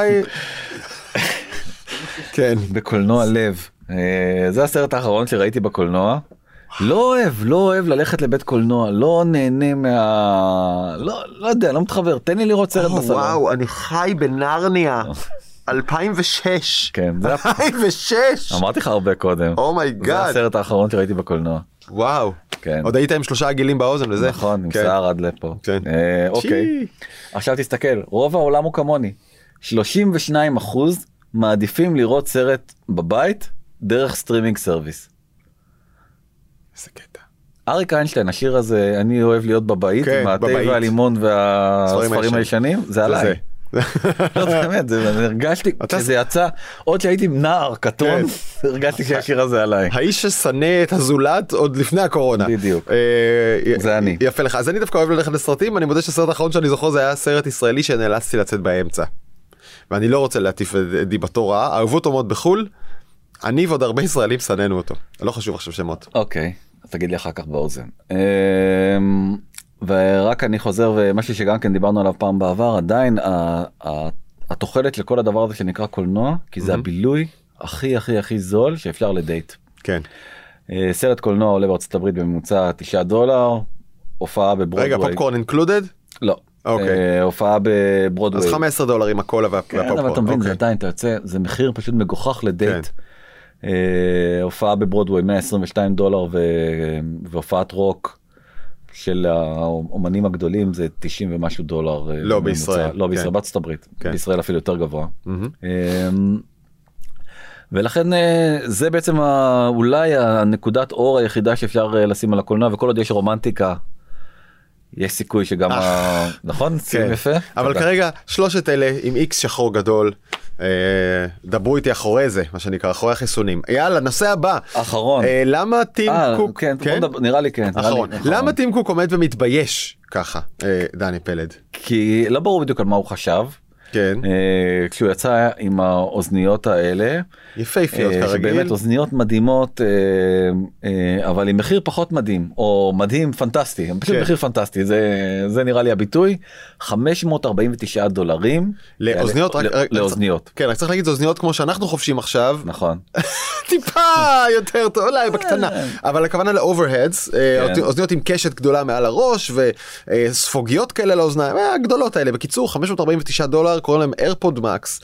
Speaker 1: כן.
Speaker 2: בקולנוע לב. זה הסרט האחרון שראיתי בקולנוע. לא אוהב ללכת לבית קולנוע, לא נהנה לא יודע, לא מתחבר, תן לי לראות סרט בסלון.
Speaker 1: וואו, אני חי בנרניה, 2006.
Speaker 2: כן, זה
Speaker 1: 2006.
Speaker 2: אמרתי לך הרבה קודם.
Speaker 1: אומייגאד.
Speaker 2: זה הסרט האחרון שראיתי בקולנוע.
Speaker 1: וואו.
Speaker 2: כן.
Speaker 1: עוד היית עם 3 עגילים באוזן לזה.
Speaker 2: נכון, עם שיער עד לפה.
Speaker 1: כן.
Speaker 2: אוקיי. עכשיו תסתכל, רוב העולם הוא כמוני. 32% מעדיפים לראות סרט בבית דרך סטרימינג סרוויס.
Speaker 1: איזה קטע.
Speaker 2: אריק איינשטיין, השיר הזה, אני אוהב להיות בבית, עם התה והלימון והספרים הישנים, זה עליי. לא, באמת, הרגשתי, כשזה יצא, עוד שהייתי נער קטון, הרגשתי שהשיר הזה עליי.
Speaker 1: האיש ששנא את הזולת עוד לפני הקורונה.
Speaker 2: בדיוק. זה אני.
Speaker 1: יפה לך. אז אני דווקא אוהב ללכת לסרטים, אני מודה שהסרט האחרון שאני זוכר זה היה סרט ישראלי שנאלצתי לצאת באמצע. ואני לא רוצה להטיף את דיבתו רעה, אהבו אותו מאוד בחול, אני ועוד הרבה ישראלים שנאנו אותו. לא חשוב עכשיו שמות.
Speaker 2: אוקיי, תגיד לי אחר כך באוזן. ורק אני חוזר, ומשהו שגם כן דיברנו עליו פעם בעבר, עדיין התוחלת לכל הדבר הזה שנקרא קולנוע, כי זה הבילוי הכי הכי הכי זול שאפשר לדייט.
Speaker 1: כן.
Speaker 2: סרט קולנוע עולה בארצות הברית בממוצע $9, הופעה בברודווי.
Speaker 1: רגע, פופקורן אינקלודד?
Speaker 2: לא.
Speaker 1: אוקיי.
Speaker 2: הופעה בברודווי.
Speaker 1: אז $15 עם הקולה והפופקורן.
Speaker 2: כן, אבל אתה מבין, זה עדיין, אתה יוצא, זה מחיר פשוט מגוחך לדייט. הופעה בברודווי $122 והופעת רוק של האומנים הגדולים זה $90 ומשהו.
Speaker 1: לא בישראל.
Speaker 2: לא בישראל, בארצות הברית. בישראל אפילו יותר גבוה. ולכן זה בעצם אולי הנקודת אור היחידה שאפשר לשים על הקולנוע, וכל עוד יש רומנטיקה, יש סיכוי שגם נכון? שים יפה?
Speaker 1: אבל כרגע 3 אלה עם איקס שחור גדול, דברו איתי אחורי זה, מה שנקרא, אחורי החיסונים. יאללה, נושא הבא.
Speaker 2: אחרון.
Speaker 1: למה טים קוק...
Speaker 2: כן, נראה לי כן.
Speaker 1: אחרון. למה טים קוק עומד ומתבייש ככה, דני פלד?
Speaker 2: כי לא ברור בדיוק על מה הוא חשב.
Speaker 1: כן.
Speaker 2: כשהוא יצא עם האוזניות האלה.
Speaker 1: יפהפיות כרגיל.
Speaker 2: שבאמת אוזניות מדהימות, אבל עם מחיר פחות מדהים, או מדהים פנטסטי, פשוט מחיר פנטסטי, זה נראה לי הביטוי, $549.
Speaker 1: לאוזניות?
Speaker 2: לאוזניות.
Speaker 1: כן, רק צריך להגיד, זה אוזניות כמו שאנחנו חופשים עכשיו.
Speaker 2: נכון.
Speaker 1: טיפה יותר טוב, אולי בקטנה. אבל הכוונה לאוברהדס, אוזניות עם קשת גדולה מעל הראש, וספוגיות כאלה לאוזניים, הגדולות האלה. בקיצור, $549, קוראים להם איירפוד מקס.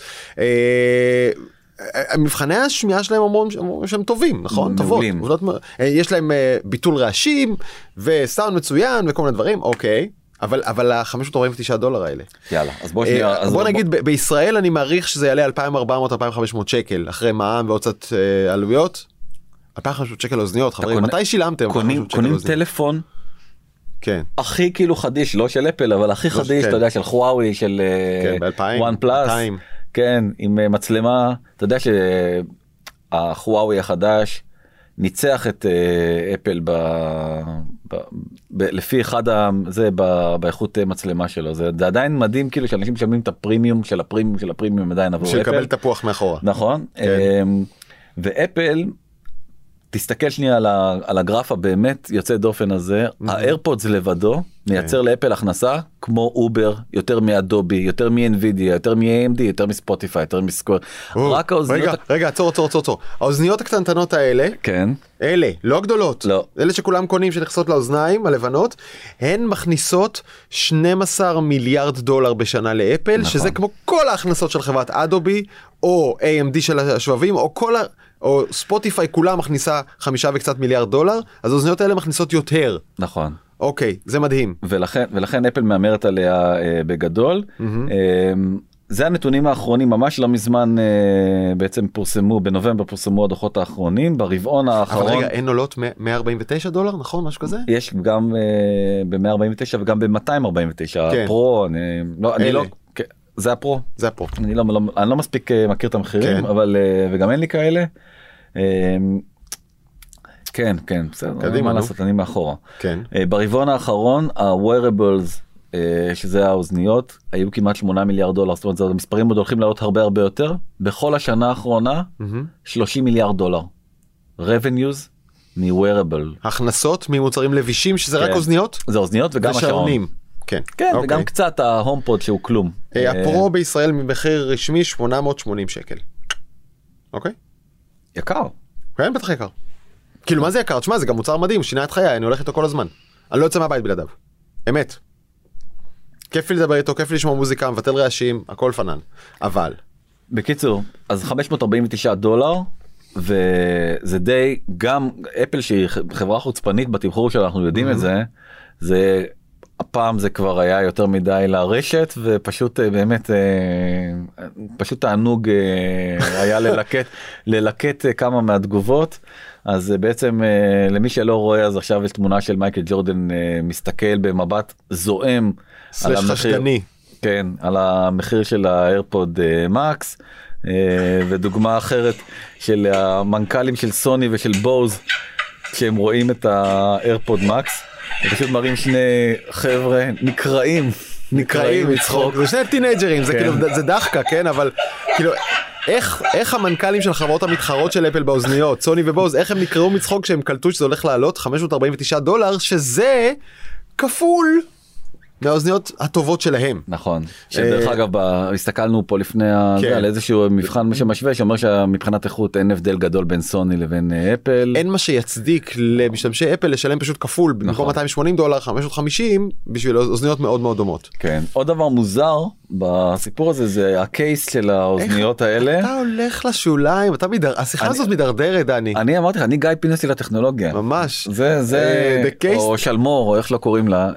Speaker 1: מבחני השמיעה שלהם אומרים שהם טובים, נכון?
Speaker 2: מעולים.
Speaker 1: יש להם ביטול רעשים, וסאונד מצוין, וכל מיני דברים, אוקיי. אבל $549 האלה.
Speaker 2: יאללה, אז בוא שנייה.
Speaker 1: בוא נגיד, בישראל אני מעריך שזה יעלה $2,400-2,500 אחרי מע"מ והוצאת עלויות. $2,500 אוזניות, חברים, מתי שילמתם?
Speaker 2: קונים טלפון
Speaker 1: כן.
Speaker 2: הכי כאילו חדיש, לא של אפל, אבל הכי חדיש, אתה יודע, של חוואוי, של וואן פלאס. כן, עם מצלמה, אתה יודע החוואוי החדש ניצח את אפל לפי באיכות מצלמה שלו. זה עדיין מדהים כאילו שאנשים משלמים את הפרימיום של הפרימיום של הפרימיום עדיין עבור אפל.
Speaker 1: שיקבל תפוח מאחורה.
Speaker 2: נכון. ואפל, תסתכל שנייה על הגרף הבאמת יוצא דופן הזה, האיירפודס לבדו מייצר לאפל הכנסה כמו אובר, יותר מאדובי, יותר מ-NVIDIA, יותר מ-AMD, יותר מספוטיפיי, יותר מסקוור. רק האוזניות... רגע,
Speaker 1: עצור. האוזניות הקטנטנות האלה,
Speaker 2: כן.
Speaker 1: אלה, לא הגדולות,
Speaker 2: לא.
Speaker 1: אלה שכולם קונים שנכנסות לאוזניים הלבנות, הן מכניסות 12 מיליארד דולר בשנה לאפל, נכון. שזה כמו כל ההכנסות של חברת אדובי, או AMD של השבבים, או ספוטיפיי כולה מכניסה 5 וקצת מיליארד דולר, אז האוזניות האלה מכניסות יותר.
Speaker 2: נכון.
Speaker 1: אוקיי, זה מדהים.
Speaker 2: ולכן אפל מאמרת עליה בגדול. זה הנתונים האחרונים, ממש לא מזמן בעצם פורסמו, בנובמבר פורסמו הדוחות האחרונים, ברבעון האחרון...
Speaker 1: אבל רגע, אין עולות 149 דולר, נכון? משהו כזה?
Speaker 2: יש גם ב-149 וגם ב-249,
Speaker 1: כן.
Speaker 2: הפרו, אני לא... זה הפרו.
Speaker 1: זה הפרו.
Speaker 2: אני לא מספיק מכיר את המחירים, אבל, וגם אין לי כאלה. כן, בסדר.
Speaker 1: קדימה,
Speaker 2: מה לעשות, אני מאחורה.
Speaker 1: כן.
Speaker 2: ברבעון האחרון, ה-wearables, שזה האוזניות, היו כמעט 8 מיליארד דולר, זאת אומרת, המספרים עוד הולכים לעלות הרבה יותר. בכל השנה האחרונה, 30 מיליארד דולר. revenues מ-wearable.
Speaker 1: הכנסות ממוצרים לבישים, שזה רק אוזניות?
Speaker 2: זה אוזניות וגם השעונים.
Speaker 1: כן,
Speaker 2: וגם קצת ההומפוד שהוא כלום.
Speaker 1: הפרו בישראל ממחיר רשמי 880 שקל. אוקיי?
Speaker 2: יקר.
Speaker 1: כן, בטח יקר. כאילו, מה זה יקר? תשמע, זה גם מוצר מדהים, שינה את חיי, אני הולך איתו כל הזמן. אני לא יוצא מהבית בלעדיו. אמת. כיף לי לדבר איתו, כיף לי לשמוע מוזיקה, מבטל רעשים, הכל פנן. אבל...
Speaker 2: בקיצור, אז 549 דולר, וזה די, גם אפל שהיא חברה חוצפנית בתמחור שלה, אנחנו יודעים את זה, זה... הפעם זה כבר היה יותר מדי לרשת, ופשוט באמת, פשוט תענוג היה ללקט כמה מהתגובות. אז בעצם למי שלא רואה, אז עכשיו יש תמונה של מייקל ג'ורדן מסתכל במבט זועם על המחיר, כן, על המחיר של האיירפוד מקס, ודוגמה אחרת של המנכ"לים של סוני ושל בוז, כשהם רואים את האיירפוד מקס, פשוט מראים שני חבר'ה נקראים מצחוק.
Speaker 1: זה שני טינג'רים, זה כאילו, זה דחקה, כן? אבל כאילו, איך המנכ"לים של החברות המתחרות של אפל באוזניות, סוני ובוז, איך הם נקראו מצחוק שהם קלטו שזה הולך לעלות 549 דולר, שזה כפול מהאוזניות הטובות שלהם.
Speaker 2: נכון. שדרך אגב, הסתכלנו פה לפני על איזשהו מבחן שמשווה, שאומר שמבחינת איכות אין הבדל גדול בין סוני לבין אפל.
Speaker 1: אין מה שיצדיק למשתמשי אפל לשלם פשוט כפול, במקום 280 דולר, 550, בשביל אוזניות מאוד מאוד דומות.
Speaker 2: כן. עוד דבר מוזר בסיפור הזה, זה הקייס של האוזניות האלה.
Speaker 1: אתה הולך לשוליים, השיחה הזאת מדרדרת, דני.
Speaker 2: אני אמרתי לך, אני גיא פינס לטכנולוגיה.
Speaker 1: ממש.
Speaker 2: זה, או שלמור, או איך לא קוראים לה.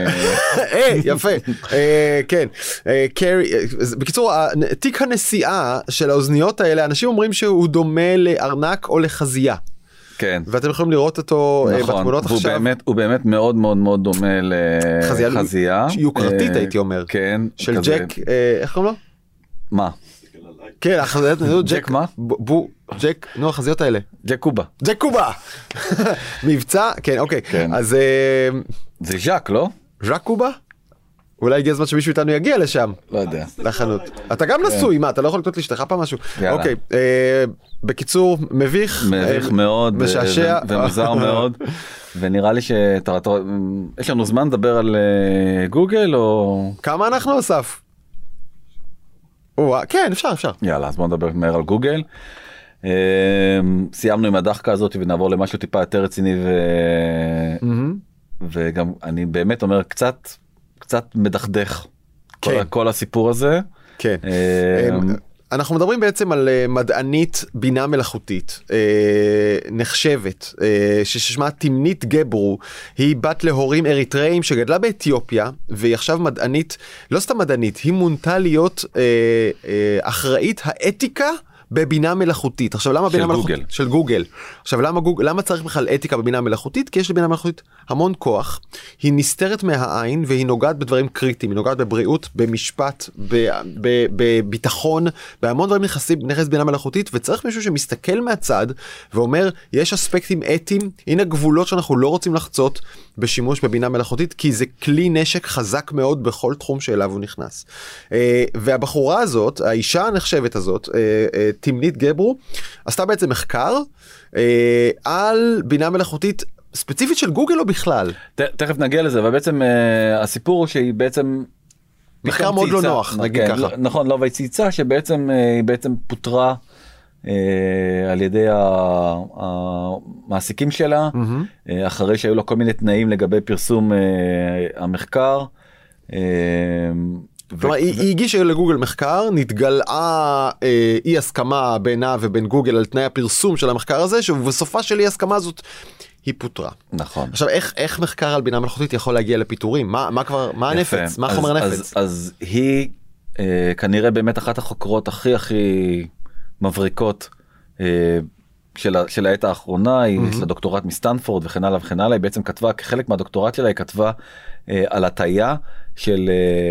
Speaker 1: יפה, כן, בקיצור, תיק הנסיעה של האוזניות האלה, אנשים אומרים שהוא דומה לארנק או לחזייה.
Speaker 2: כן.
Speaker 1: ואתם יכולים לראות אותו בתמונות עכשיו.
Speaker 2: הוא באמת מאוד מאוד מאוד דומה לחזייה.
Speaker 1: יוקרתית הייתי אומר.
Speaker 2: כן.
Speaker 1: של ג'ק, איך קוראים לו?
Speaker 2: מה?
Speaker 1: כן,
Speaker 2: ג'ק מה?
Speaker 1: ג'ק, נו החזיות האלה.
Speaker 2: ג'ק קובה.
Speaker 1: ג'ק קובה. מבצע, כן, אוקיי. אז...
Speaker 2: זה ז'ק, לא?
Speaker 1: ז'ק קובה? אולי הגיע הזמן שמישהו איתנו יגיע לשם.
Speaker 2: לא יודע.
Speaker 1: לחנות. אתה גם נשוי, מה? אתה לא יכול לקנות לאשתך פעם משהו? אוקיי, בקיצור, מביך
Speaker 2: מאוד,
Speaker 1: משעשע.
Speaker 2: ומוזר מאוד, ונראה לי יש לנו זמן לדבר על גוגל או...
Speaker 1: כמה אנחנו אסף? כן, אפשר.
Speaker 2: יאללה, אז בוא נדבר מהר על גוגל. סיימנו עם הדחקה הזאת ונעבור למשהו טיפה יותר רציני וגם אני באמת אומר קצת מדכדך כל הסיפור הזה.
Speaker 1: כן. אנחנו מדברים בעצם על מדענית בינה מלאכותית נחשבת ששמה תמנית גברו, היא בת להורים אריתראים שגדלה באתיופיה והיא עכשיו מדענית, לא סתם מדענית, היא מונתה להיות אחראית האתיקה בבינה מלאכותית. עכשיו למה בינה מלאכותית? של גוגל. עכשיו למה צריך בכלל אתיקה בבינה מלאכותית? כי יש לבינה מלאכותית המון כוח, היא נסתרת מהעין והיא נוגעת בדברים קריטיים, היא נוגעת בבריאות, במשפט, בביטחון, בהמון דברים נכנס בינה מלאכותית, וצריך מישהו שמסתכל מהצד ואומר, יש אספקטים אתיים, הנה גבולות שאנחנו לא רוצים לחצות בשימוש בבינה מלאכותית, כי זה כלי נשק חזק מאוד בכל תחום שאליו הוא נכנס. והבחורה הזאת, האישה הנחשבת הזאת, תמנית גברו, עשתה בעצם מחקר על בינה מלאכותית ספציפית של גוגל או בכלל?
Speaker 2: תכף נגיע לזה, אבל בעצם הסיפור הוא שהיא בעצם...
Speaker 1: מחקר מאוד לא נוח, נגיד ככה.
Speaker 2: נכון, לא, והיא צייצה שבעצם היא בעצם פוטרה על ידי המעסיקים שלה, אחרי שהיו לו כל מיני תנאים לגבי פרסום המחקר.
Speaker 1: כלומר, היא הגישה לגוגל מחקר, נתגלעה אי הסכמה בינה ובין גוגל על תנאי הפרסום של המחקר הזה, שבסופה של אי הסכמה הזאת היא פוטרה.
Speaker 2: נכון.
Speaker 1: עכשיו, איך מחקר על בינה מלאכותית יכול להגיע לפיטורים? מה הנפץ? מה חומר הנפץ?
Speaker 2: אז היא כנראה באמת אחת החוקרות הכי מבריקות של העת האחרונה, היא יש לה דוקטורט מסטנפורד וכן הלאה וכן הלאה, היא בעצם כתבה, כחלק מהדוקטורט שלה, היא כתבה על הטיה של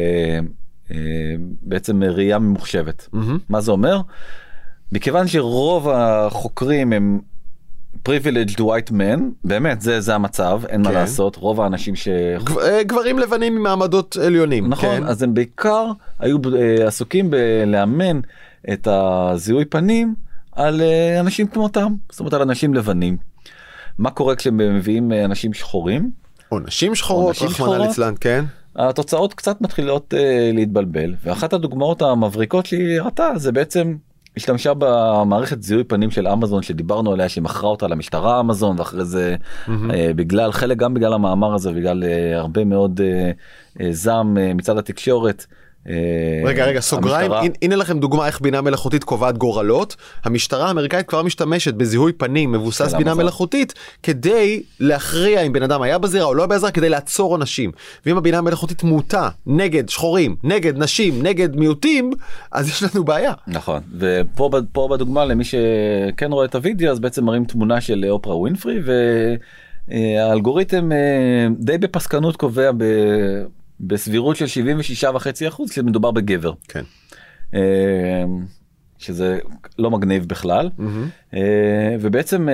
Speaker 2: בעצם ראייה ממוחשבת. מה זה אומר? מכיוון שרוב החוקרים הם privileged white men, באמת זה המצב, אין מה לעשות, רוב האנשים
Speaker 1: גברים לבנים ממעמדות עליונים.
Speaker 2: נכון, אז הם בעיקר היו עסוקים בלאמן את הזיהוי פנים על אנשים כמותם, זאת אומרת על אנשים לבנים. מה קורה כשהם מביאים אנשים שחורים?
Speaker 1: או נשים שחורות, רחמנא ליצלן, כן.
Speaker 2: התוצאות קצת מתחילות להתבלבל, ואחת הדוגמאות המבריקות שהיא ראתה, זה בעצם השתמשה במערכת זיהוי פנים של אמזון, שדיברנו עליה, שמכרה אותה למשטרה אמזון, ואחרי זה בגלל, חלק גם בגלל המאמר הזה, בגלל הרבה מאוד זעם מצד התקשורת.
Speaker 1: רגע, סוגריים, הנה לכם דוגמה איך בינה מלאכותית קובעת גורלות. המשטרה האמריקאית כבר משתמשת בזיהוי פנים מבוסס בינה מלאכותית, כדי להכריע אם בן אדם היה בזירה או לא בזירה, כדי לעצור אנשים. ואם הבינה המלאכותית מוטה נגד שחורים, נגד נשים, נגד מיעוטים, אז יש לנו בעיה.
Speaker 2: נכון, ופה בדוגמה למי שכן רואה את הוידאו, אז בעצם מראים תמונה של אופרה ווינפרי, והאלגוריתם די בפסקנות קובע בסבירות של 76.5% כשמדובר בגבר.
Speaker 1: כן.
Speaker 2: שזה לא מגניב בכלל. ובעצם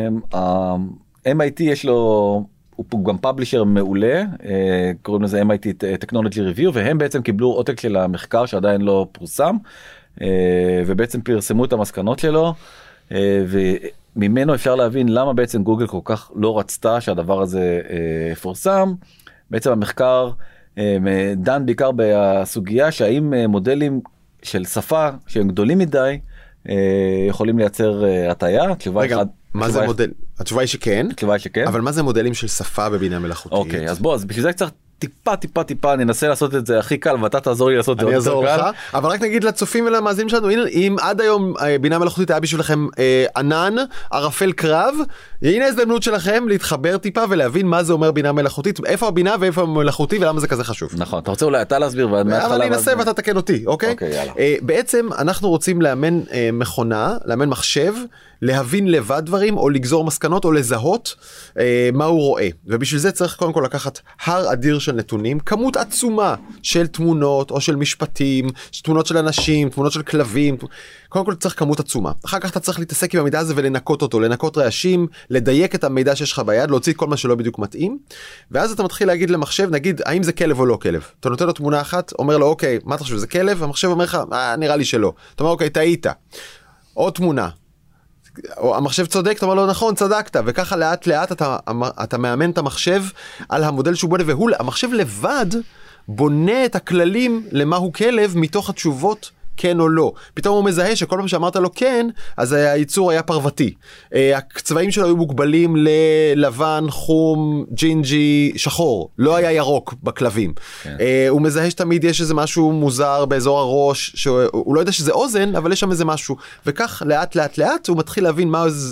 Speaker 2: MIT יש לו, הוא גם פאבלישר מעולה, קוראים לזה MIT Technology Review, והם בעצם קיבלו עותק של המחקר שעדיין לא פורסם, ובעצם פרסמו את המסקנות שלו, וממנו אפשר להבין למה בעצם גוגל כל כך לא רצתה שהדבר הזה יפורסם. בעצם המחקר דן בעיקר בסוגיה שהאם מודלים של שפה שהם גדולים מדי יכולים לייצר הטיה.
Speaker 1: רגע, מה זה מודל? התשובה היא שכן. אבל מה זה מודלים של שפה בבינה מלאכותית?
Speaker 2: אוקיי, אז בוא, אז בשביל זה קצת טיפה ננסה לעשות את זה הכי קל, ואתה תעזור לי לעשות את זה.
Speaker 1: אני אעזור לך, אבל רק נגיד לצופים ולמאזינים שלנו, אם עד היום בינה מלאכותית היה בשבילכם ענן, ערפל קרב, הנה הזדמנות שלכם להתחבר טיפה ולהבין מה זה אומר בינה מלאכותית, איפה הבינה ואיפה המלאכותי ולמה זה כזה חשוב.
Speaker 2: נכון, אתה רוצה אולי אתה להסביר,
Speaker 1: אבל אני אנסה ואתה תקן אותי, אוקיי? בעצם אנחנו רוצים לאמן מכונה, לאמן מחשב, להבין לבד דברים או לגזור מסקנות או לזהות מה הוא רואה. ובשביל זה צריך קודם כל לקחת הר אדיר של נתונים, כמות עצומה של תמונות או של משפטים, תמונות של אנשים, תמונות של כלבים, קודם כל צריך כמות עצומה. אחר כך אתה צריך להתעסק עם המידע הזה ולנקות אותו, לנקות רעשים, לדייק את המידע שיש לך ביד, להוציא את כל מה שלא בדיוק מתאים, ואז אתה מתחיל להגיד למחשב, נגיד, האם זה כלב או לא כלב. אתה נותן לו תמונה אחת, אומר לו, אוקיי, מה אתה חושב, זה כלב? המחשב אומר לך, נראה לי שלא. אתה אומר, אוקיי, טעית. עוד תמונה. או המחשב צודק, אתה אומר לו, נכון, צדקת, וככה לאט לאט אתה מאמן את המחשב על המודל שהוא בונה, המחשב לבד בונה את הכללים למה הוא כלב מתוך התשובות כן או לא. פתאום הוא מזהה שכל פעם שאמרת לו כן, אז הייצור היה פרוותי. הצבעים שלו היו מוגבלים ללבן, חום, ג'ינג'י, שחור. לא היה ירוק בכלבים. כן. הוא מזהה שתמיד יש איזה משהו מוזר באזור הראש, שהוא לא יודע שזה אוזן, אבל יש שם איזה משהו. וכך לאט הוא מתחיל להבין מה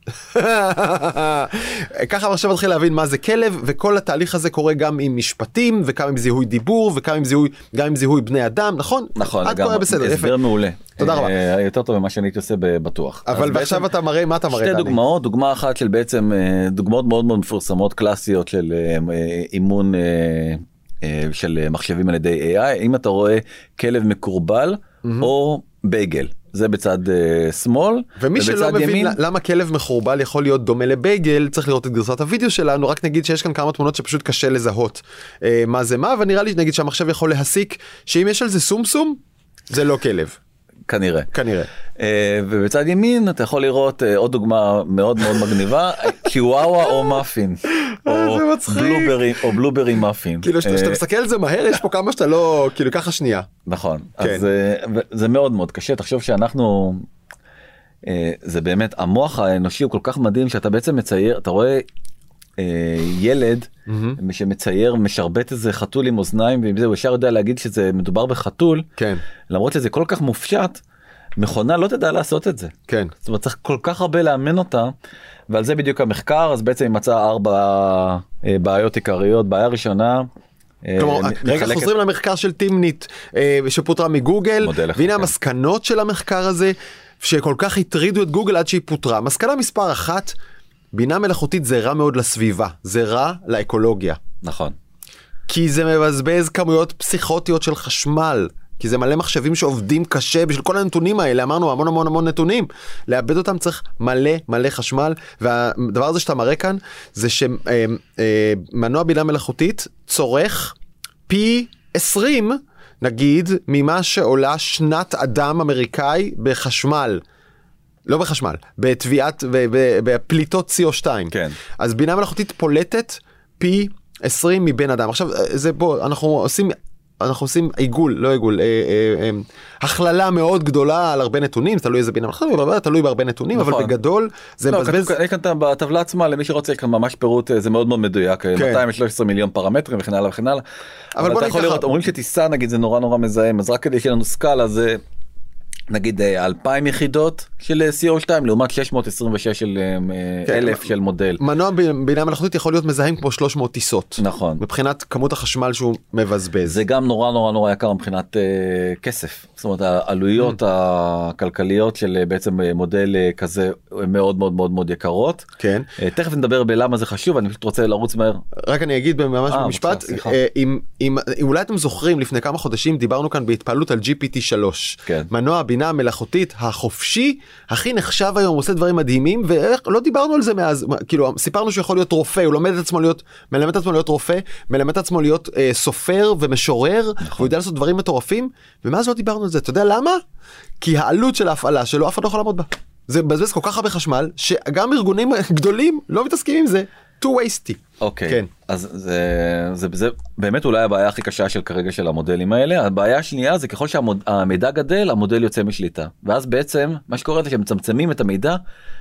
Speaker 1: ככה עכשיו מתחיל להבין מה זה כלב, וכל התהליך הזה קורה גם עם משפטים, וגם עם זיהוי דיבור, וגם עם זיהוי בני אדם, נכון?
Speaker 2: נכון,
Speaker 1: עד כה היה בסדר, יפה.
Speaker 2: הסבר מעולה.
Speaker 1: תודה רבה.
Speaker 2: יותר טוב ממה שאני הייתי עושה בטוח.
Speaker 1: אבל ועכשיו אתה מראה, מה אתה מראה?
Speaker 2: שתי דוגמאות, דוגמה אחת של בעצם, דוגמאות מאוד מאוד מפורסמות, קלאסיות של אימון של מחשבים על ידי AI, אם אתה רואה כלב מקורבל או בייגל. זה בצד שמאל,
Speaker 1: ומי שלא מבין למה כלב מחורבל יכול להיות דומה לבייגל, צריך לראות את גרסת הוידאו שלנו, רק נגיד שיש כאן כמה תמונות שפשוט קשה לזהות מה זה מה, ונראה לי נגיד שהמחשב יכול להסיק שאם יש על זה סומסום, זה לא כלב.
Speaker 2: כנראה.
Speaker 1: כנראה.
Speaker 2: ובצד ימין אתה יכול לראות עוד דוגמה מאוד מאוד מגניבה, צ'יוואווה או מאפין. או בלוברי מאפין.
Speaker 1: כאילו שאתה מסתכל על זה מהר, יש פה כמה שאתה לא, כאילו ככה שנייה.
Speaker 2: נכון. אז זה מאוד מאוד קשה. תחשוב שאנחנו, זה באמת, המוח האנושי הוא כל כך מדהים שאתה בעצם מצייר, אתה רואה ילד שמצייר, משרבט איזה חתול עם אוזניים, ועם זה הוא ישר יודע להגיד שזה מדובר בחתול, למרות שזה כל כך מופשט, מכונה לא תדע לעשות את זה.
Speaker 1: כן.
Speaker 2: זאת אומרת, צריך כל כך הרבה לאמן אותה, ועל זה בדיוק המחקר, אז בעצם היא מצאה 4 בעיות עיקריות. בעיה ראשונה,
Speaker 1: כלומר, רגע חוזרים למחקר של טימניט, שפוטרה מגוגל, והנה המסקנות של המחקר הזה, שכל כך הטרידו את גוגל עד שהיא פוטרה. מסקנה מספר 1, בינה מלאכותית זה רע מאוד לסביבה, זה רע לאקולוגיה.
Speaker 2: נכון.
Speaker 1: כי זה מבזבז כמויות פסיכוטיות של חשמל, כי זה מלא מחשבים שעובדים קשה בשביל כל הנתונים האלה, אמרנו המון המון המון נתונים, לאבד אותם צריך מלא מלא חשמל, והדבר הזה שאתה מראה כאן, זה שמנוע בינה מלאכותית צורך פי 20, נגיד, ממה שעולה שנת אדם אמריקאי בחשמל. לא בחשמל, בתביעת, בפליטות CO2.
Speaker 2: כן.
Speaker 1: אז בינה מלאכותית פולטת פי 20 מבן אדם. עכשיו, זה בוא, אנחנו עושים עיגול, לא עיגול, הכללה מאוד גדולה על הרבה נתונים, תלוי איזה בינה מלאכותית, תלוי בהרבה נתונים, אבל בגדול זה מבזבז.
Speaker 2: יש כאן בטבלה עצמה, למי שרוצה, יש כאן ממש פירוט, זה מאוד מאוד מדויק, 213 מיליון פרמטרים וכן הלאה וכן הלאה. אבל אתה יכול לראות, אומרים שטיסה נגיד זה נורא נורא מזהם, אז רק כדי שיהיה לנו סקאלה זה נגיד 2,000 יחידות של CO2 לעומת 626 של 1,000 של מודל.
Speaker 1: מנוע בינה מלאכותית יכול להיות מזהם כמו 300 טיסות.
Speaker 2: נכון.
Speaker 1: מבחינת כמות החשמל שהוא מבזבז.
Speaker 2: זה גם נורא נורא נורא יקר מבחינת כסף. זאת אומרת העלויות הכלכליות של בעצם מודל כזה מאוד מאוד מאוד מאוד יקרות.
Speaker 1: כן.
Speaker 2: תכף נדבר בלמה זה חשוב, אני פשוט רוצה לרוץ מהר.
Speaker 1: רק אני אגיד ממש במשפט, אולי אתם זוכרים לפני כמה חודשים דיברנו כאן בהתפעלות על GPT-3. כן. מנוע בינה המלאכותית החופשי הכי נחשב היום, עושה דברים מדהימים, ולא דיברנו על זה מאז, כאילו סיפרנו שיכול להיות רופא, הוא מלמד את עצמו להיות רופא, מלמד את עצמו להיות סופר ומשורר, הוא יודע לעשות דברים מטורפים, ומאז לא דיברנו על זה. אתה יודע למה? כי העלות של ההפעלה שלו אף אחד לא יכול לעמוד בה. זה מבזבז כל כך הרבה חשמל, שגם ארגונים גדולים לא מתעסקים עם זה. too wasty.
Speaker 2: אוקיי, כן. אז זה באמת אולי הבעיה הכי קשה של כרגע של המודלים האלה. הבעיה השנייה זה ככל שהמידע גדל, המודל יוצא משליטה. ואז בעצם מה שקורה זה שמצמצמים את המידע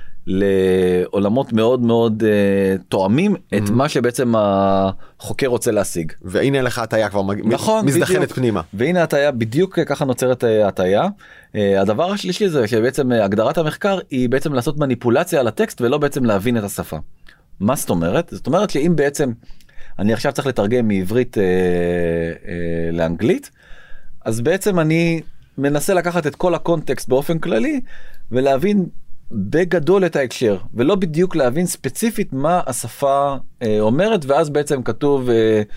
Speaker 2: לעולמות מאוד מאוד תואמים את מה שבעצם החוקר רוצה להשיג.
Speaker 1: והנה לך הטעיה כבר מזדחנת פנימה.
Speaker 2: והנה הטעיה, בדיוק ככה נוצרת הטעיה. הדבר השלישי זה שבעצם הגדרת המחקר היא בעצם לעשות מניפולציה על הטקסט ולא בעצם להבין את השפה. מה זאת אומרת? זאת אומרת שאם בעצם אני עכשיו צריך לתרגם מעברית לאנגלית, אז בעצם אני מנסה לקחת את כל הקונטקסט באופן כללי ולהבין בגדול את ההקשר, ולא בדיוק להבין ספציפית מה השפה אומרת, ואז בעצם כתוב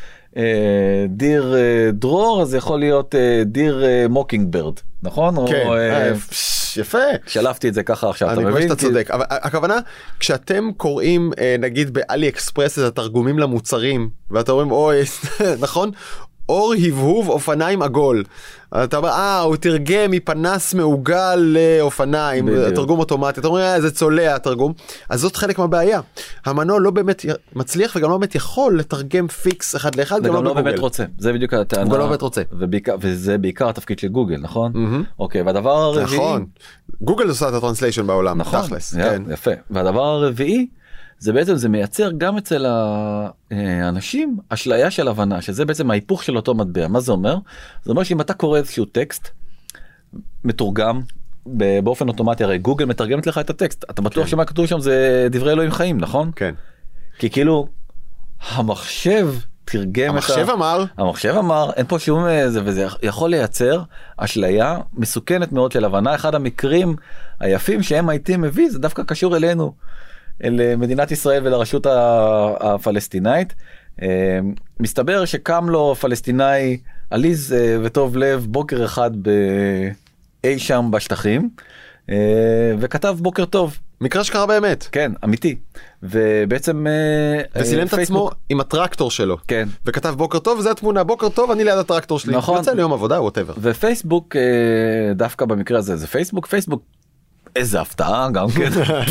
Speaker 2: דיר דרור, אז יכול להיות דיר מוקינגברד, נכון?
Speaker 1: כן, יפה.
Speaker 2: שלפתי את זה ככה עכשיו,
Speaker 1: אתה מבין? אני חושב שאתה צודק, אבל הכוונה, כשאתם קוראים נגיד באלי אקספרס את התרגומים למוצרים, ואתה אומרים אוי, נכון? אור הבהוב אופניים עגול. אתה אומר, הוא תרגם מפנס מעוגל לאופניים, תרגום אוטומטי. אתה אומר, זה צולע התרגום. אז זאת חלק מהבעיה. המנוע לא באמת מצליח וגם לא באמת יכול לתרגם פיקס אחד לאחד,
Speaker 2: גם לא באמת רוצה. זה בדיוק הטענה.
Speaker 1: הוא גם לא באמת רוצה.
Speaker 2: וזה בעיקר התפקיד של גוגל, נכון? אוקיי, והדבר הרביעי...
Speaker 1: נכון. גוגל עושה את הטרנסליישן בעולם, תכלס.
Speaker 2: יפה. והדבר הרביעי, זה בעצם, זה מייצר גם אצל האנשים אשליה של הבנה, שזה בעצם ההיפוך של אותו מטבע. מה זה אומר? זה אומר שאם אתה קורא איזשהו טקסט מתורגם, באופן אוטומטי, הרי גוגל מתרגמת לך את הטקסט, אתה בטוח שמה כתוב שם זה דברי אלוהים חיים, נכון?
Speaker 1: כן.
Speaker 2: כי כאילו, המחשב תרגם המחשב אמר, אין פה שום זה, וזה יכול לייצר אשליה מסוכנת מאוד של הבנה. אחד המקרים היפים ש-MIT מביא, זה דווקא קשור אלינו, אל מדינת ישראל ולרשות הפלסטינאית. מסתבר שקם לו פלסטיני עליז וטוב לב בוקר אחד אי שם בשטחים, וכתב בוקר טוב.
Speaker 1: מקרה שקרה באמת.
Speaker 2: כן, אמיתי. ובעצם
Speaker 1: וצילם את עצמו עם הטרקטור שלו.
Speaker 2: כן.
Speaker 1: וכתב בוקר טוב, זה התמונה, בוקר טוב, אני ליד הטרקטור שלי.
Speaker 2: נכון.
Speaker 1: יוצא ליום עבודה, whatever.
Speaker 2: ופייסבוק, דווקא במקרה הזה, זה פייסבוק, איזה הפתעה גם כן.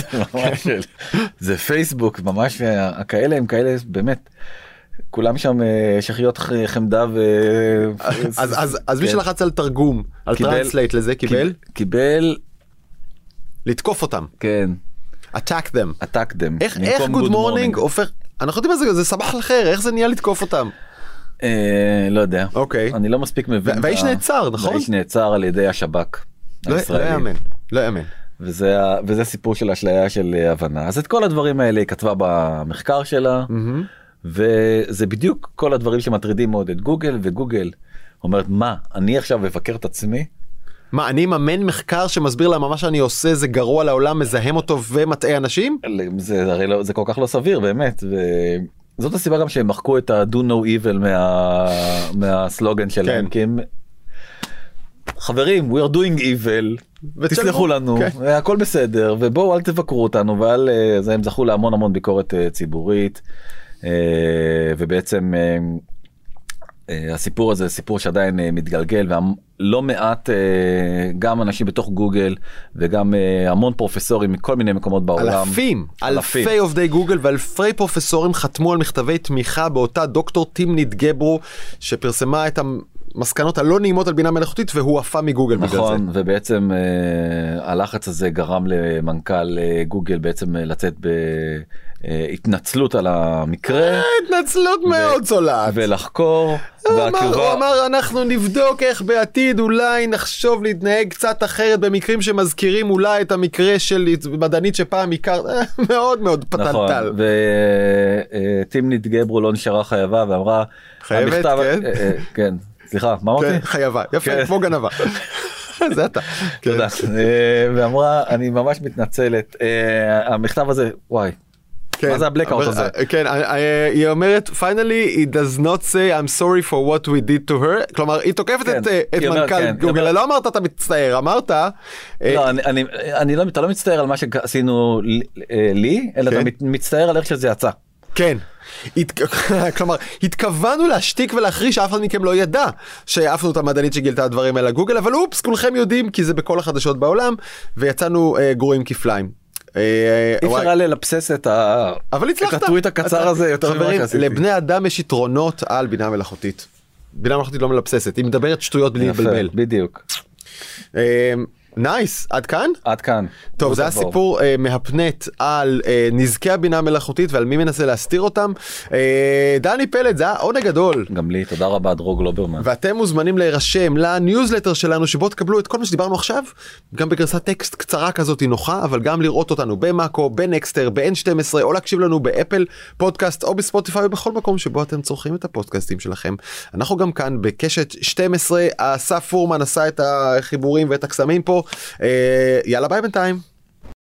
Speaker 2: זה פייסבוק, ממש, הכאלה הם כאלה, באמת. כולם שם שחיות חמדה
Speaker 1: אז מי שלחץ על תרגום, על טרנסלייט לזה,
Speaker 2: קיבל
Speaker 1: לתקוף אותם.
Speaker 2: כן.
Speaker 1: attack them. איך good morning הופך, אנחנו יודעים מה זה סבח לחר, איך זה נהיה לתקוף אותם?
Speaker 2: לא יודע.
Speaker 1: אוקיי.
Speaker 2: אני לא מספיק מבין.
Speaker 1: והאיש נעצר, נכון?
Speaker 2: והאיש נעצר על ידי השב"כ הישראלי.
Speaker 1: לא יאמן.
Speaker 2: וזה סיפור של אשליה של הבנה. אז את כל הדברים האלה היא כתבה במחקר שלה, וזה בדיוק כל הדברים שמטרידים מאוד את גוגל, וגוגל אומרת, מה, אני עכשיו מבקר את עצמי?
Speaker 1: מה, אני מממן מחקר שמסביר למה מה שאני עושה זה גרוע לעולם, מזהם אותו ומטעה אנשים?
Speaker 2: זה כל כך לא סביר, באמת. וזאת הסיבה גם שהם מחקו את ה-do no evil מהסלוגן שלהם, כי הם... חברים, we are doing evil, תסלחו לנו, הכל בסדר, ובואו אל תבקרו אותנו, ועל זה הם זכו להמון המון ביקורת ציבורית, ובעצם הסיפור הזה סיפור שעדיין מתגלגל, ולא מעט גם אנשים בתוך גוגל וגם המון פרופסורים מכל מיני מקומות בעולם,
Speaker 1: אלפי עובדי גוגל ואלפי פרופסורים חתמו על מכתבי תמיכה באותה דוקטור טימנית גברו שפרסמה את המסקנות הלא נעימות על בינה מלאכותית והועפה מגוגל בגלל זה.
Speaker 2: נכון, ובעצם הלחץ הזה גרם למנכ"ל גוגל בעצם לצאת התנצלות על המקרה,
Speaker 1: התנצלות מאוד צולעת,
Speaker 2: ולחקור.
Speaker 1: הוא אמר אנחנו נבדוק איך בעתיד אולי נחשוב להתנהג קצת אחרת במקרים שמזכירים אולי את המקרה של מדענית שפעם הכרת, מאוד מאוד פטנטל.
Speaker 2: וטימנית גברו לא נשארה חייבה ואמרה,
Speaker 1: חייבת,
Speaker 2: כן, סליחה, מה אמרתי?
Speaker 1: חייבה, יפה, כמו גנבה. זה אתה.
Speaker 2: תודה. ואמרה, אני ממש מתנצלת, המכתב הזה, וואי. מה זה הבלקאוט הזה?
Speaker 1: כן, היא אומרת, finally it does not say I'm sorry for what we did to her, כלומר, היא תוקפת את מנכ"ל גוגל, לא אמרת אתה מצטער, אמרת...
Speaker 2: לא, אתה לא מצטער על מה שעשינו לי, אלא אתה מצטער על איך שזה יצא.
Speaker 1: כן. כלומר, התכוונו להשתיק ולהחריש שאף אחד מכם לא ידע שאפנו את המדענית שגילתה הדברים האלה גוגל, אבל אופס, כולכם יודעים כי זה בכל החדשות בעולם, ויצאנו גרועים כפליים.
Speaker 2: אי אפשר היה ללבסס את הטוויט הקצר הזה יותר ממה שעשיתי.
Speaker 1: לבני אדם יש יתרונות על בינה מלאכותית. בינה מלאכותית לא מלבססת, היא מדברת שטויות בלי להתבלבל.
Speaker 2: בדיוק.
Speaker 1: נייס, עד כאן?
Speaker 2: עד כאן.
Speaker 1: טוב, זה הסיפור מהפנט על נזקי הבינה המלאכותית ועל מי מנסה להסתיר אותם. דני פלד, זה היה עונג גדול.
Speaker 2: גם לי, תודה רבה, דרור גלוברמן.
Speaker 1: ואתם מוזמנים להירשם לניוזלטר שלנו, שבו תקבלו את כל מה שדיברנו עכשיו, גם בגרסת טקסט קצרה כזאת נוחה, אבל גם לראות אותנו במאקו, בנקסטר, ב-N12, או להקשיב לנו באפל פודקאסט, או בספוטיפיי, או בכל מקום שבו אתם צורכים את הפודקאסטים שלכם. אנחנו גם כאן בקשת 12, אסף פורמן עשה את החיבורים ואת הקסמים פה. יאללה, ביי בינתיים.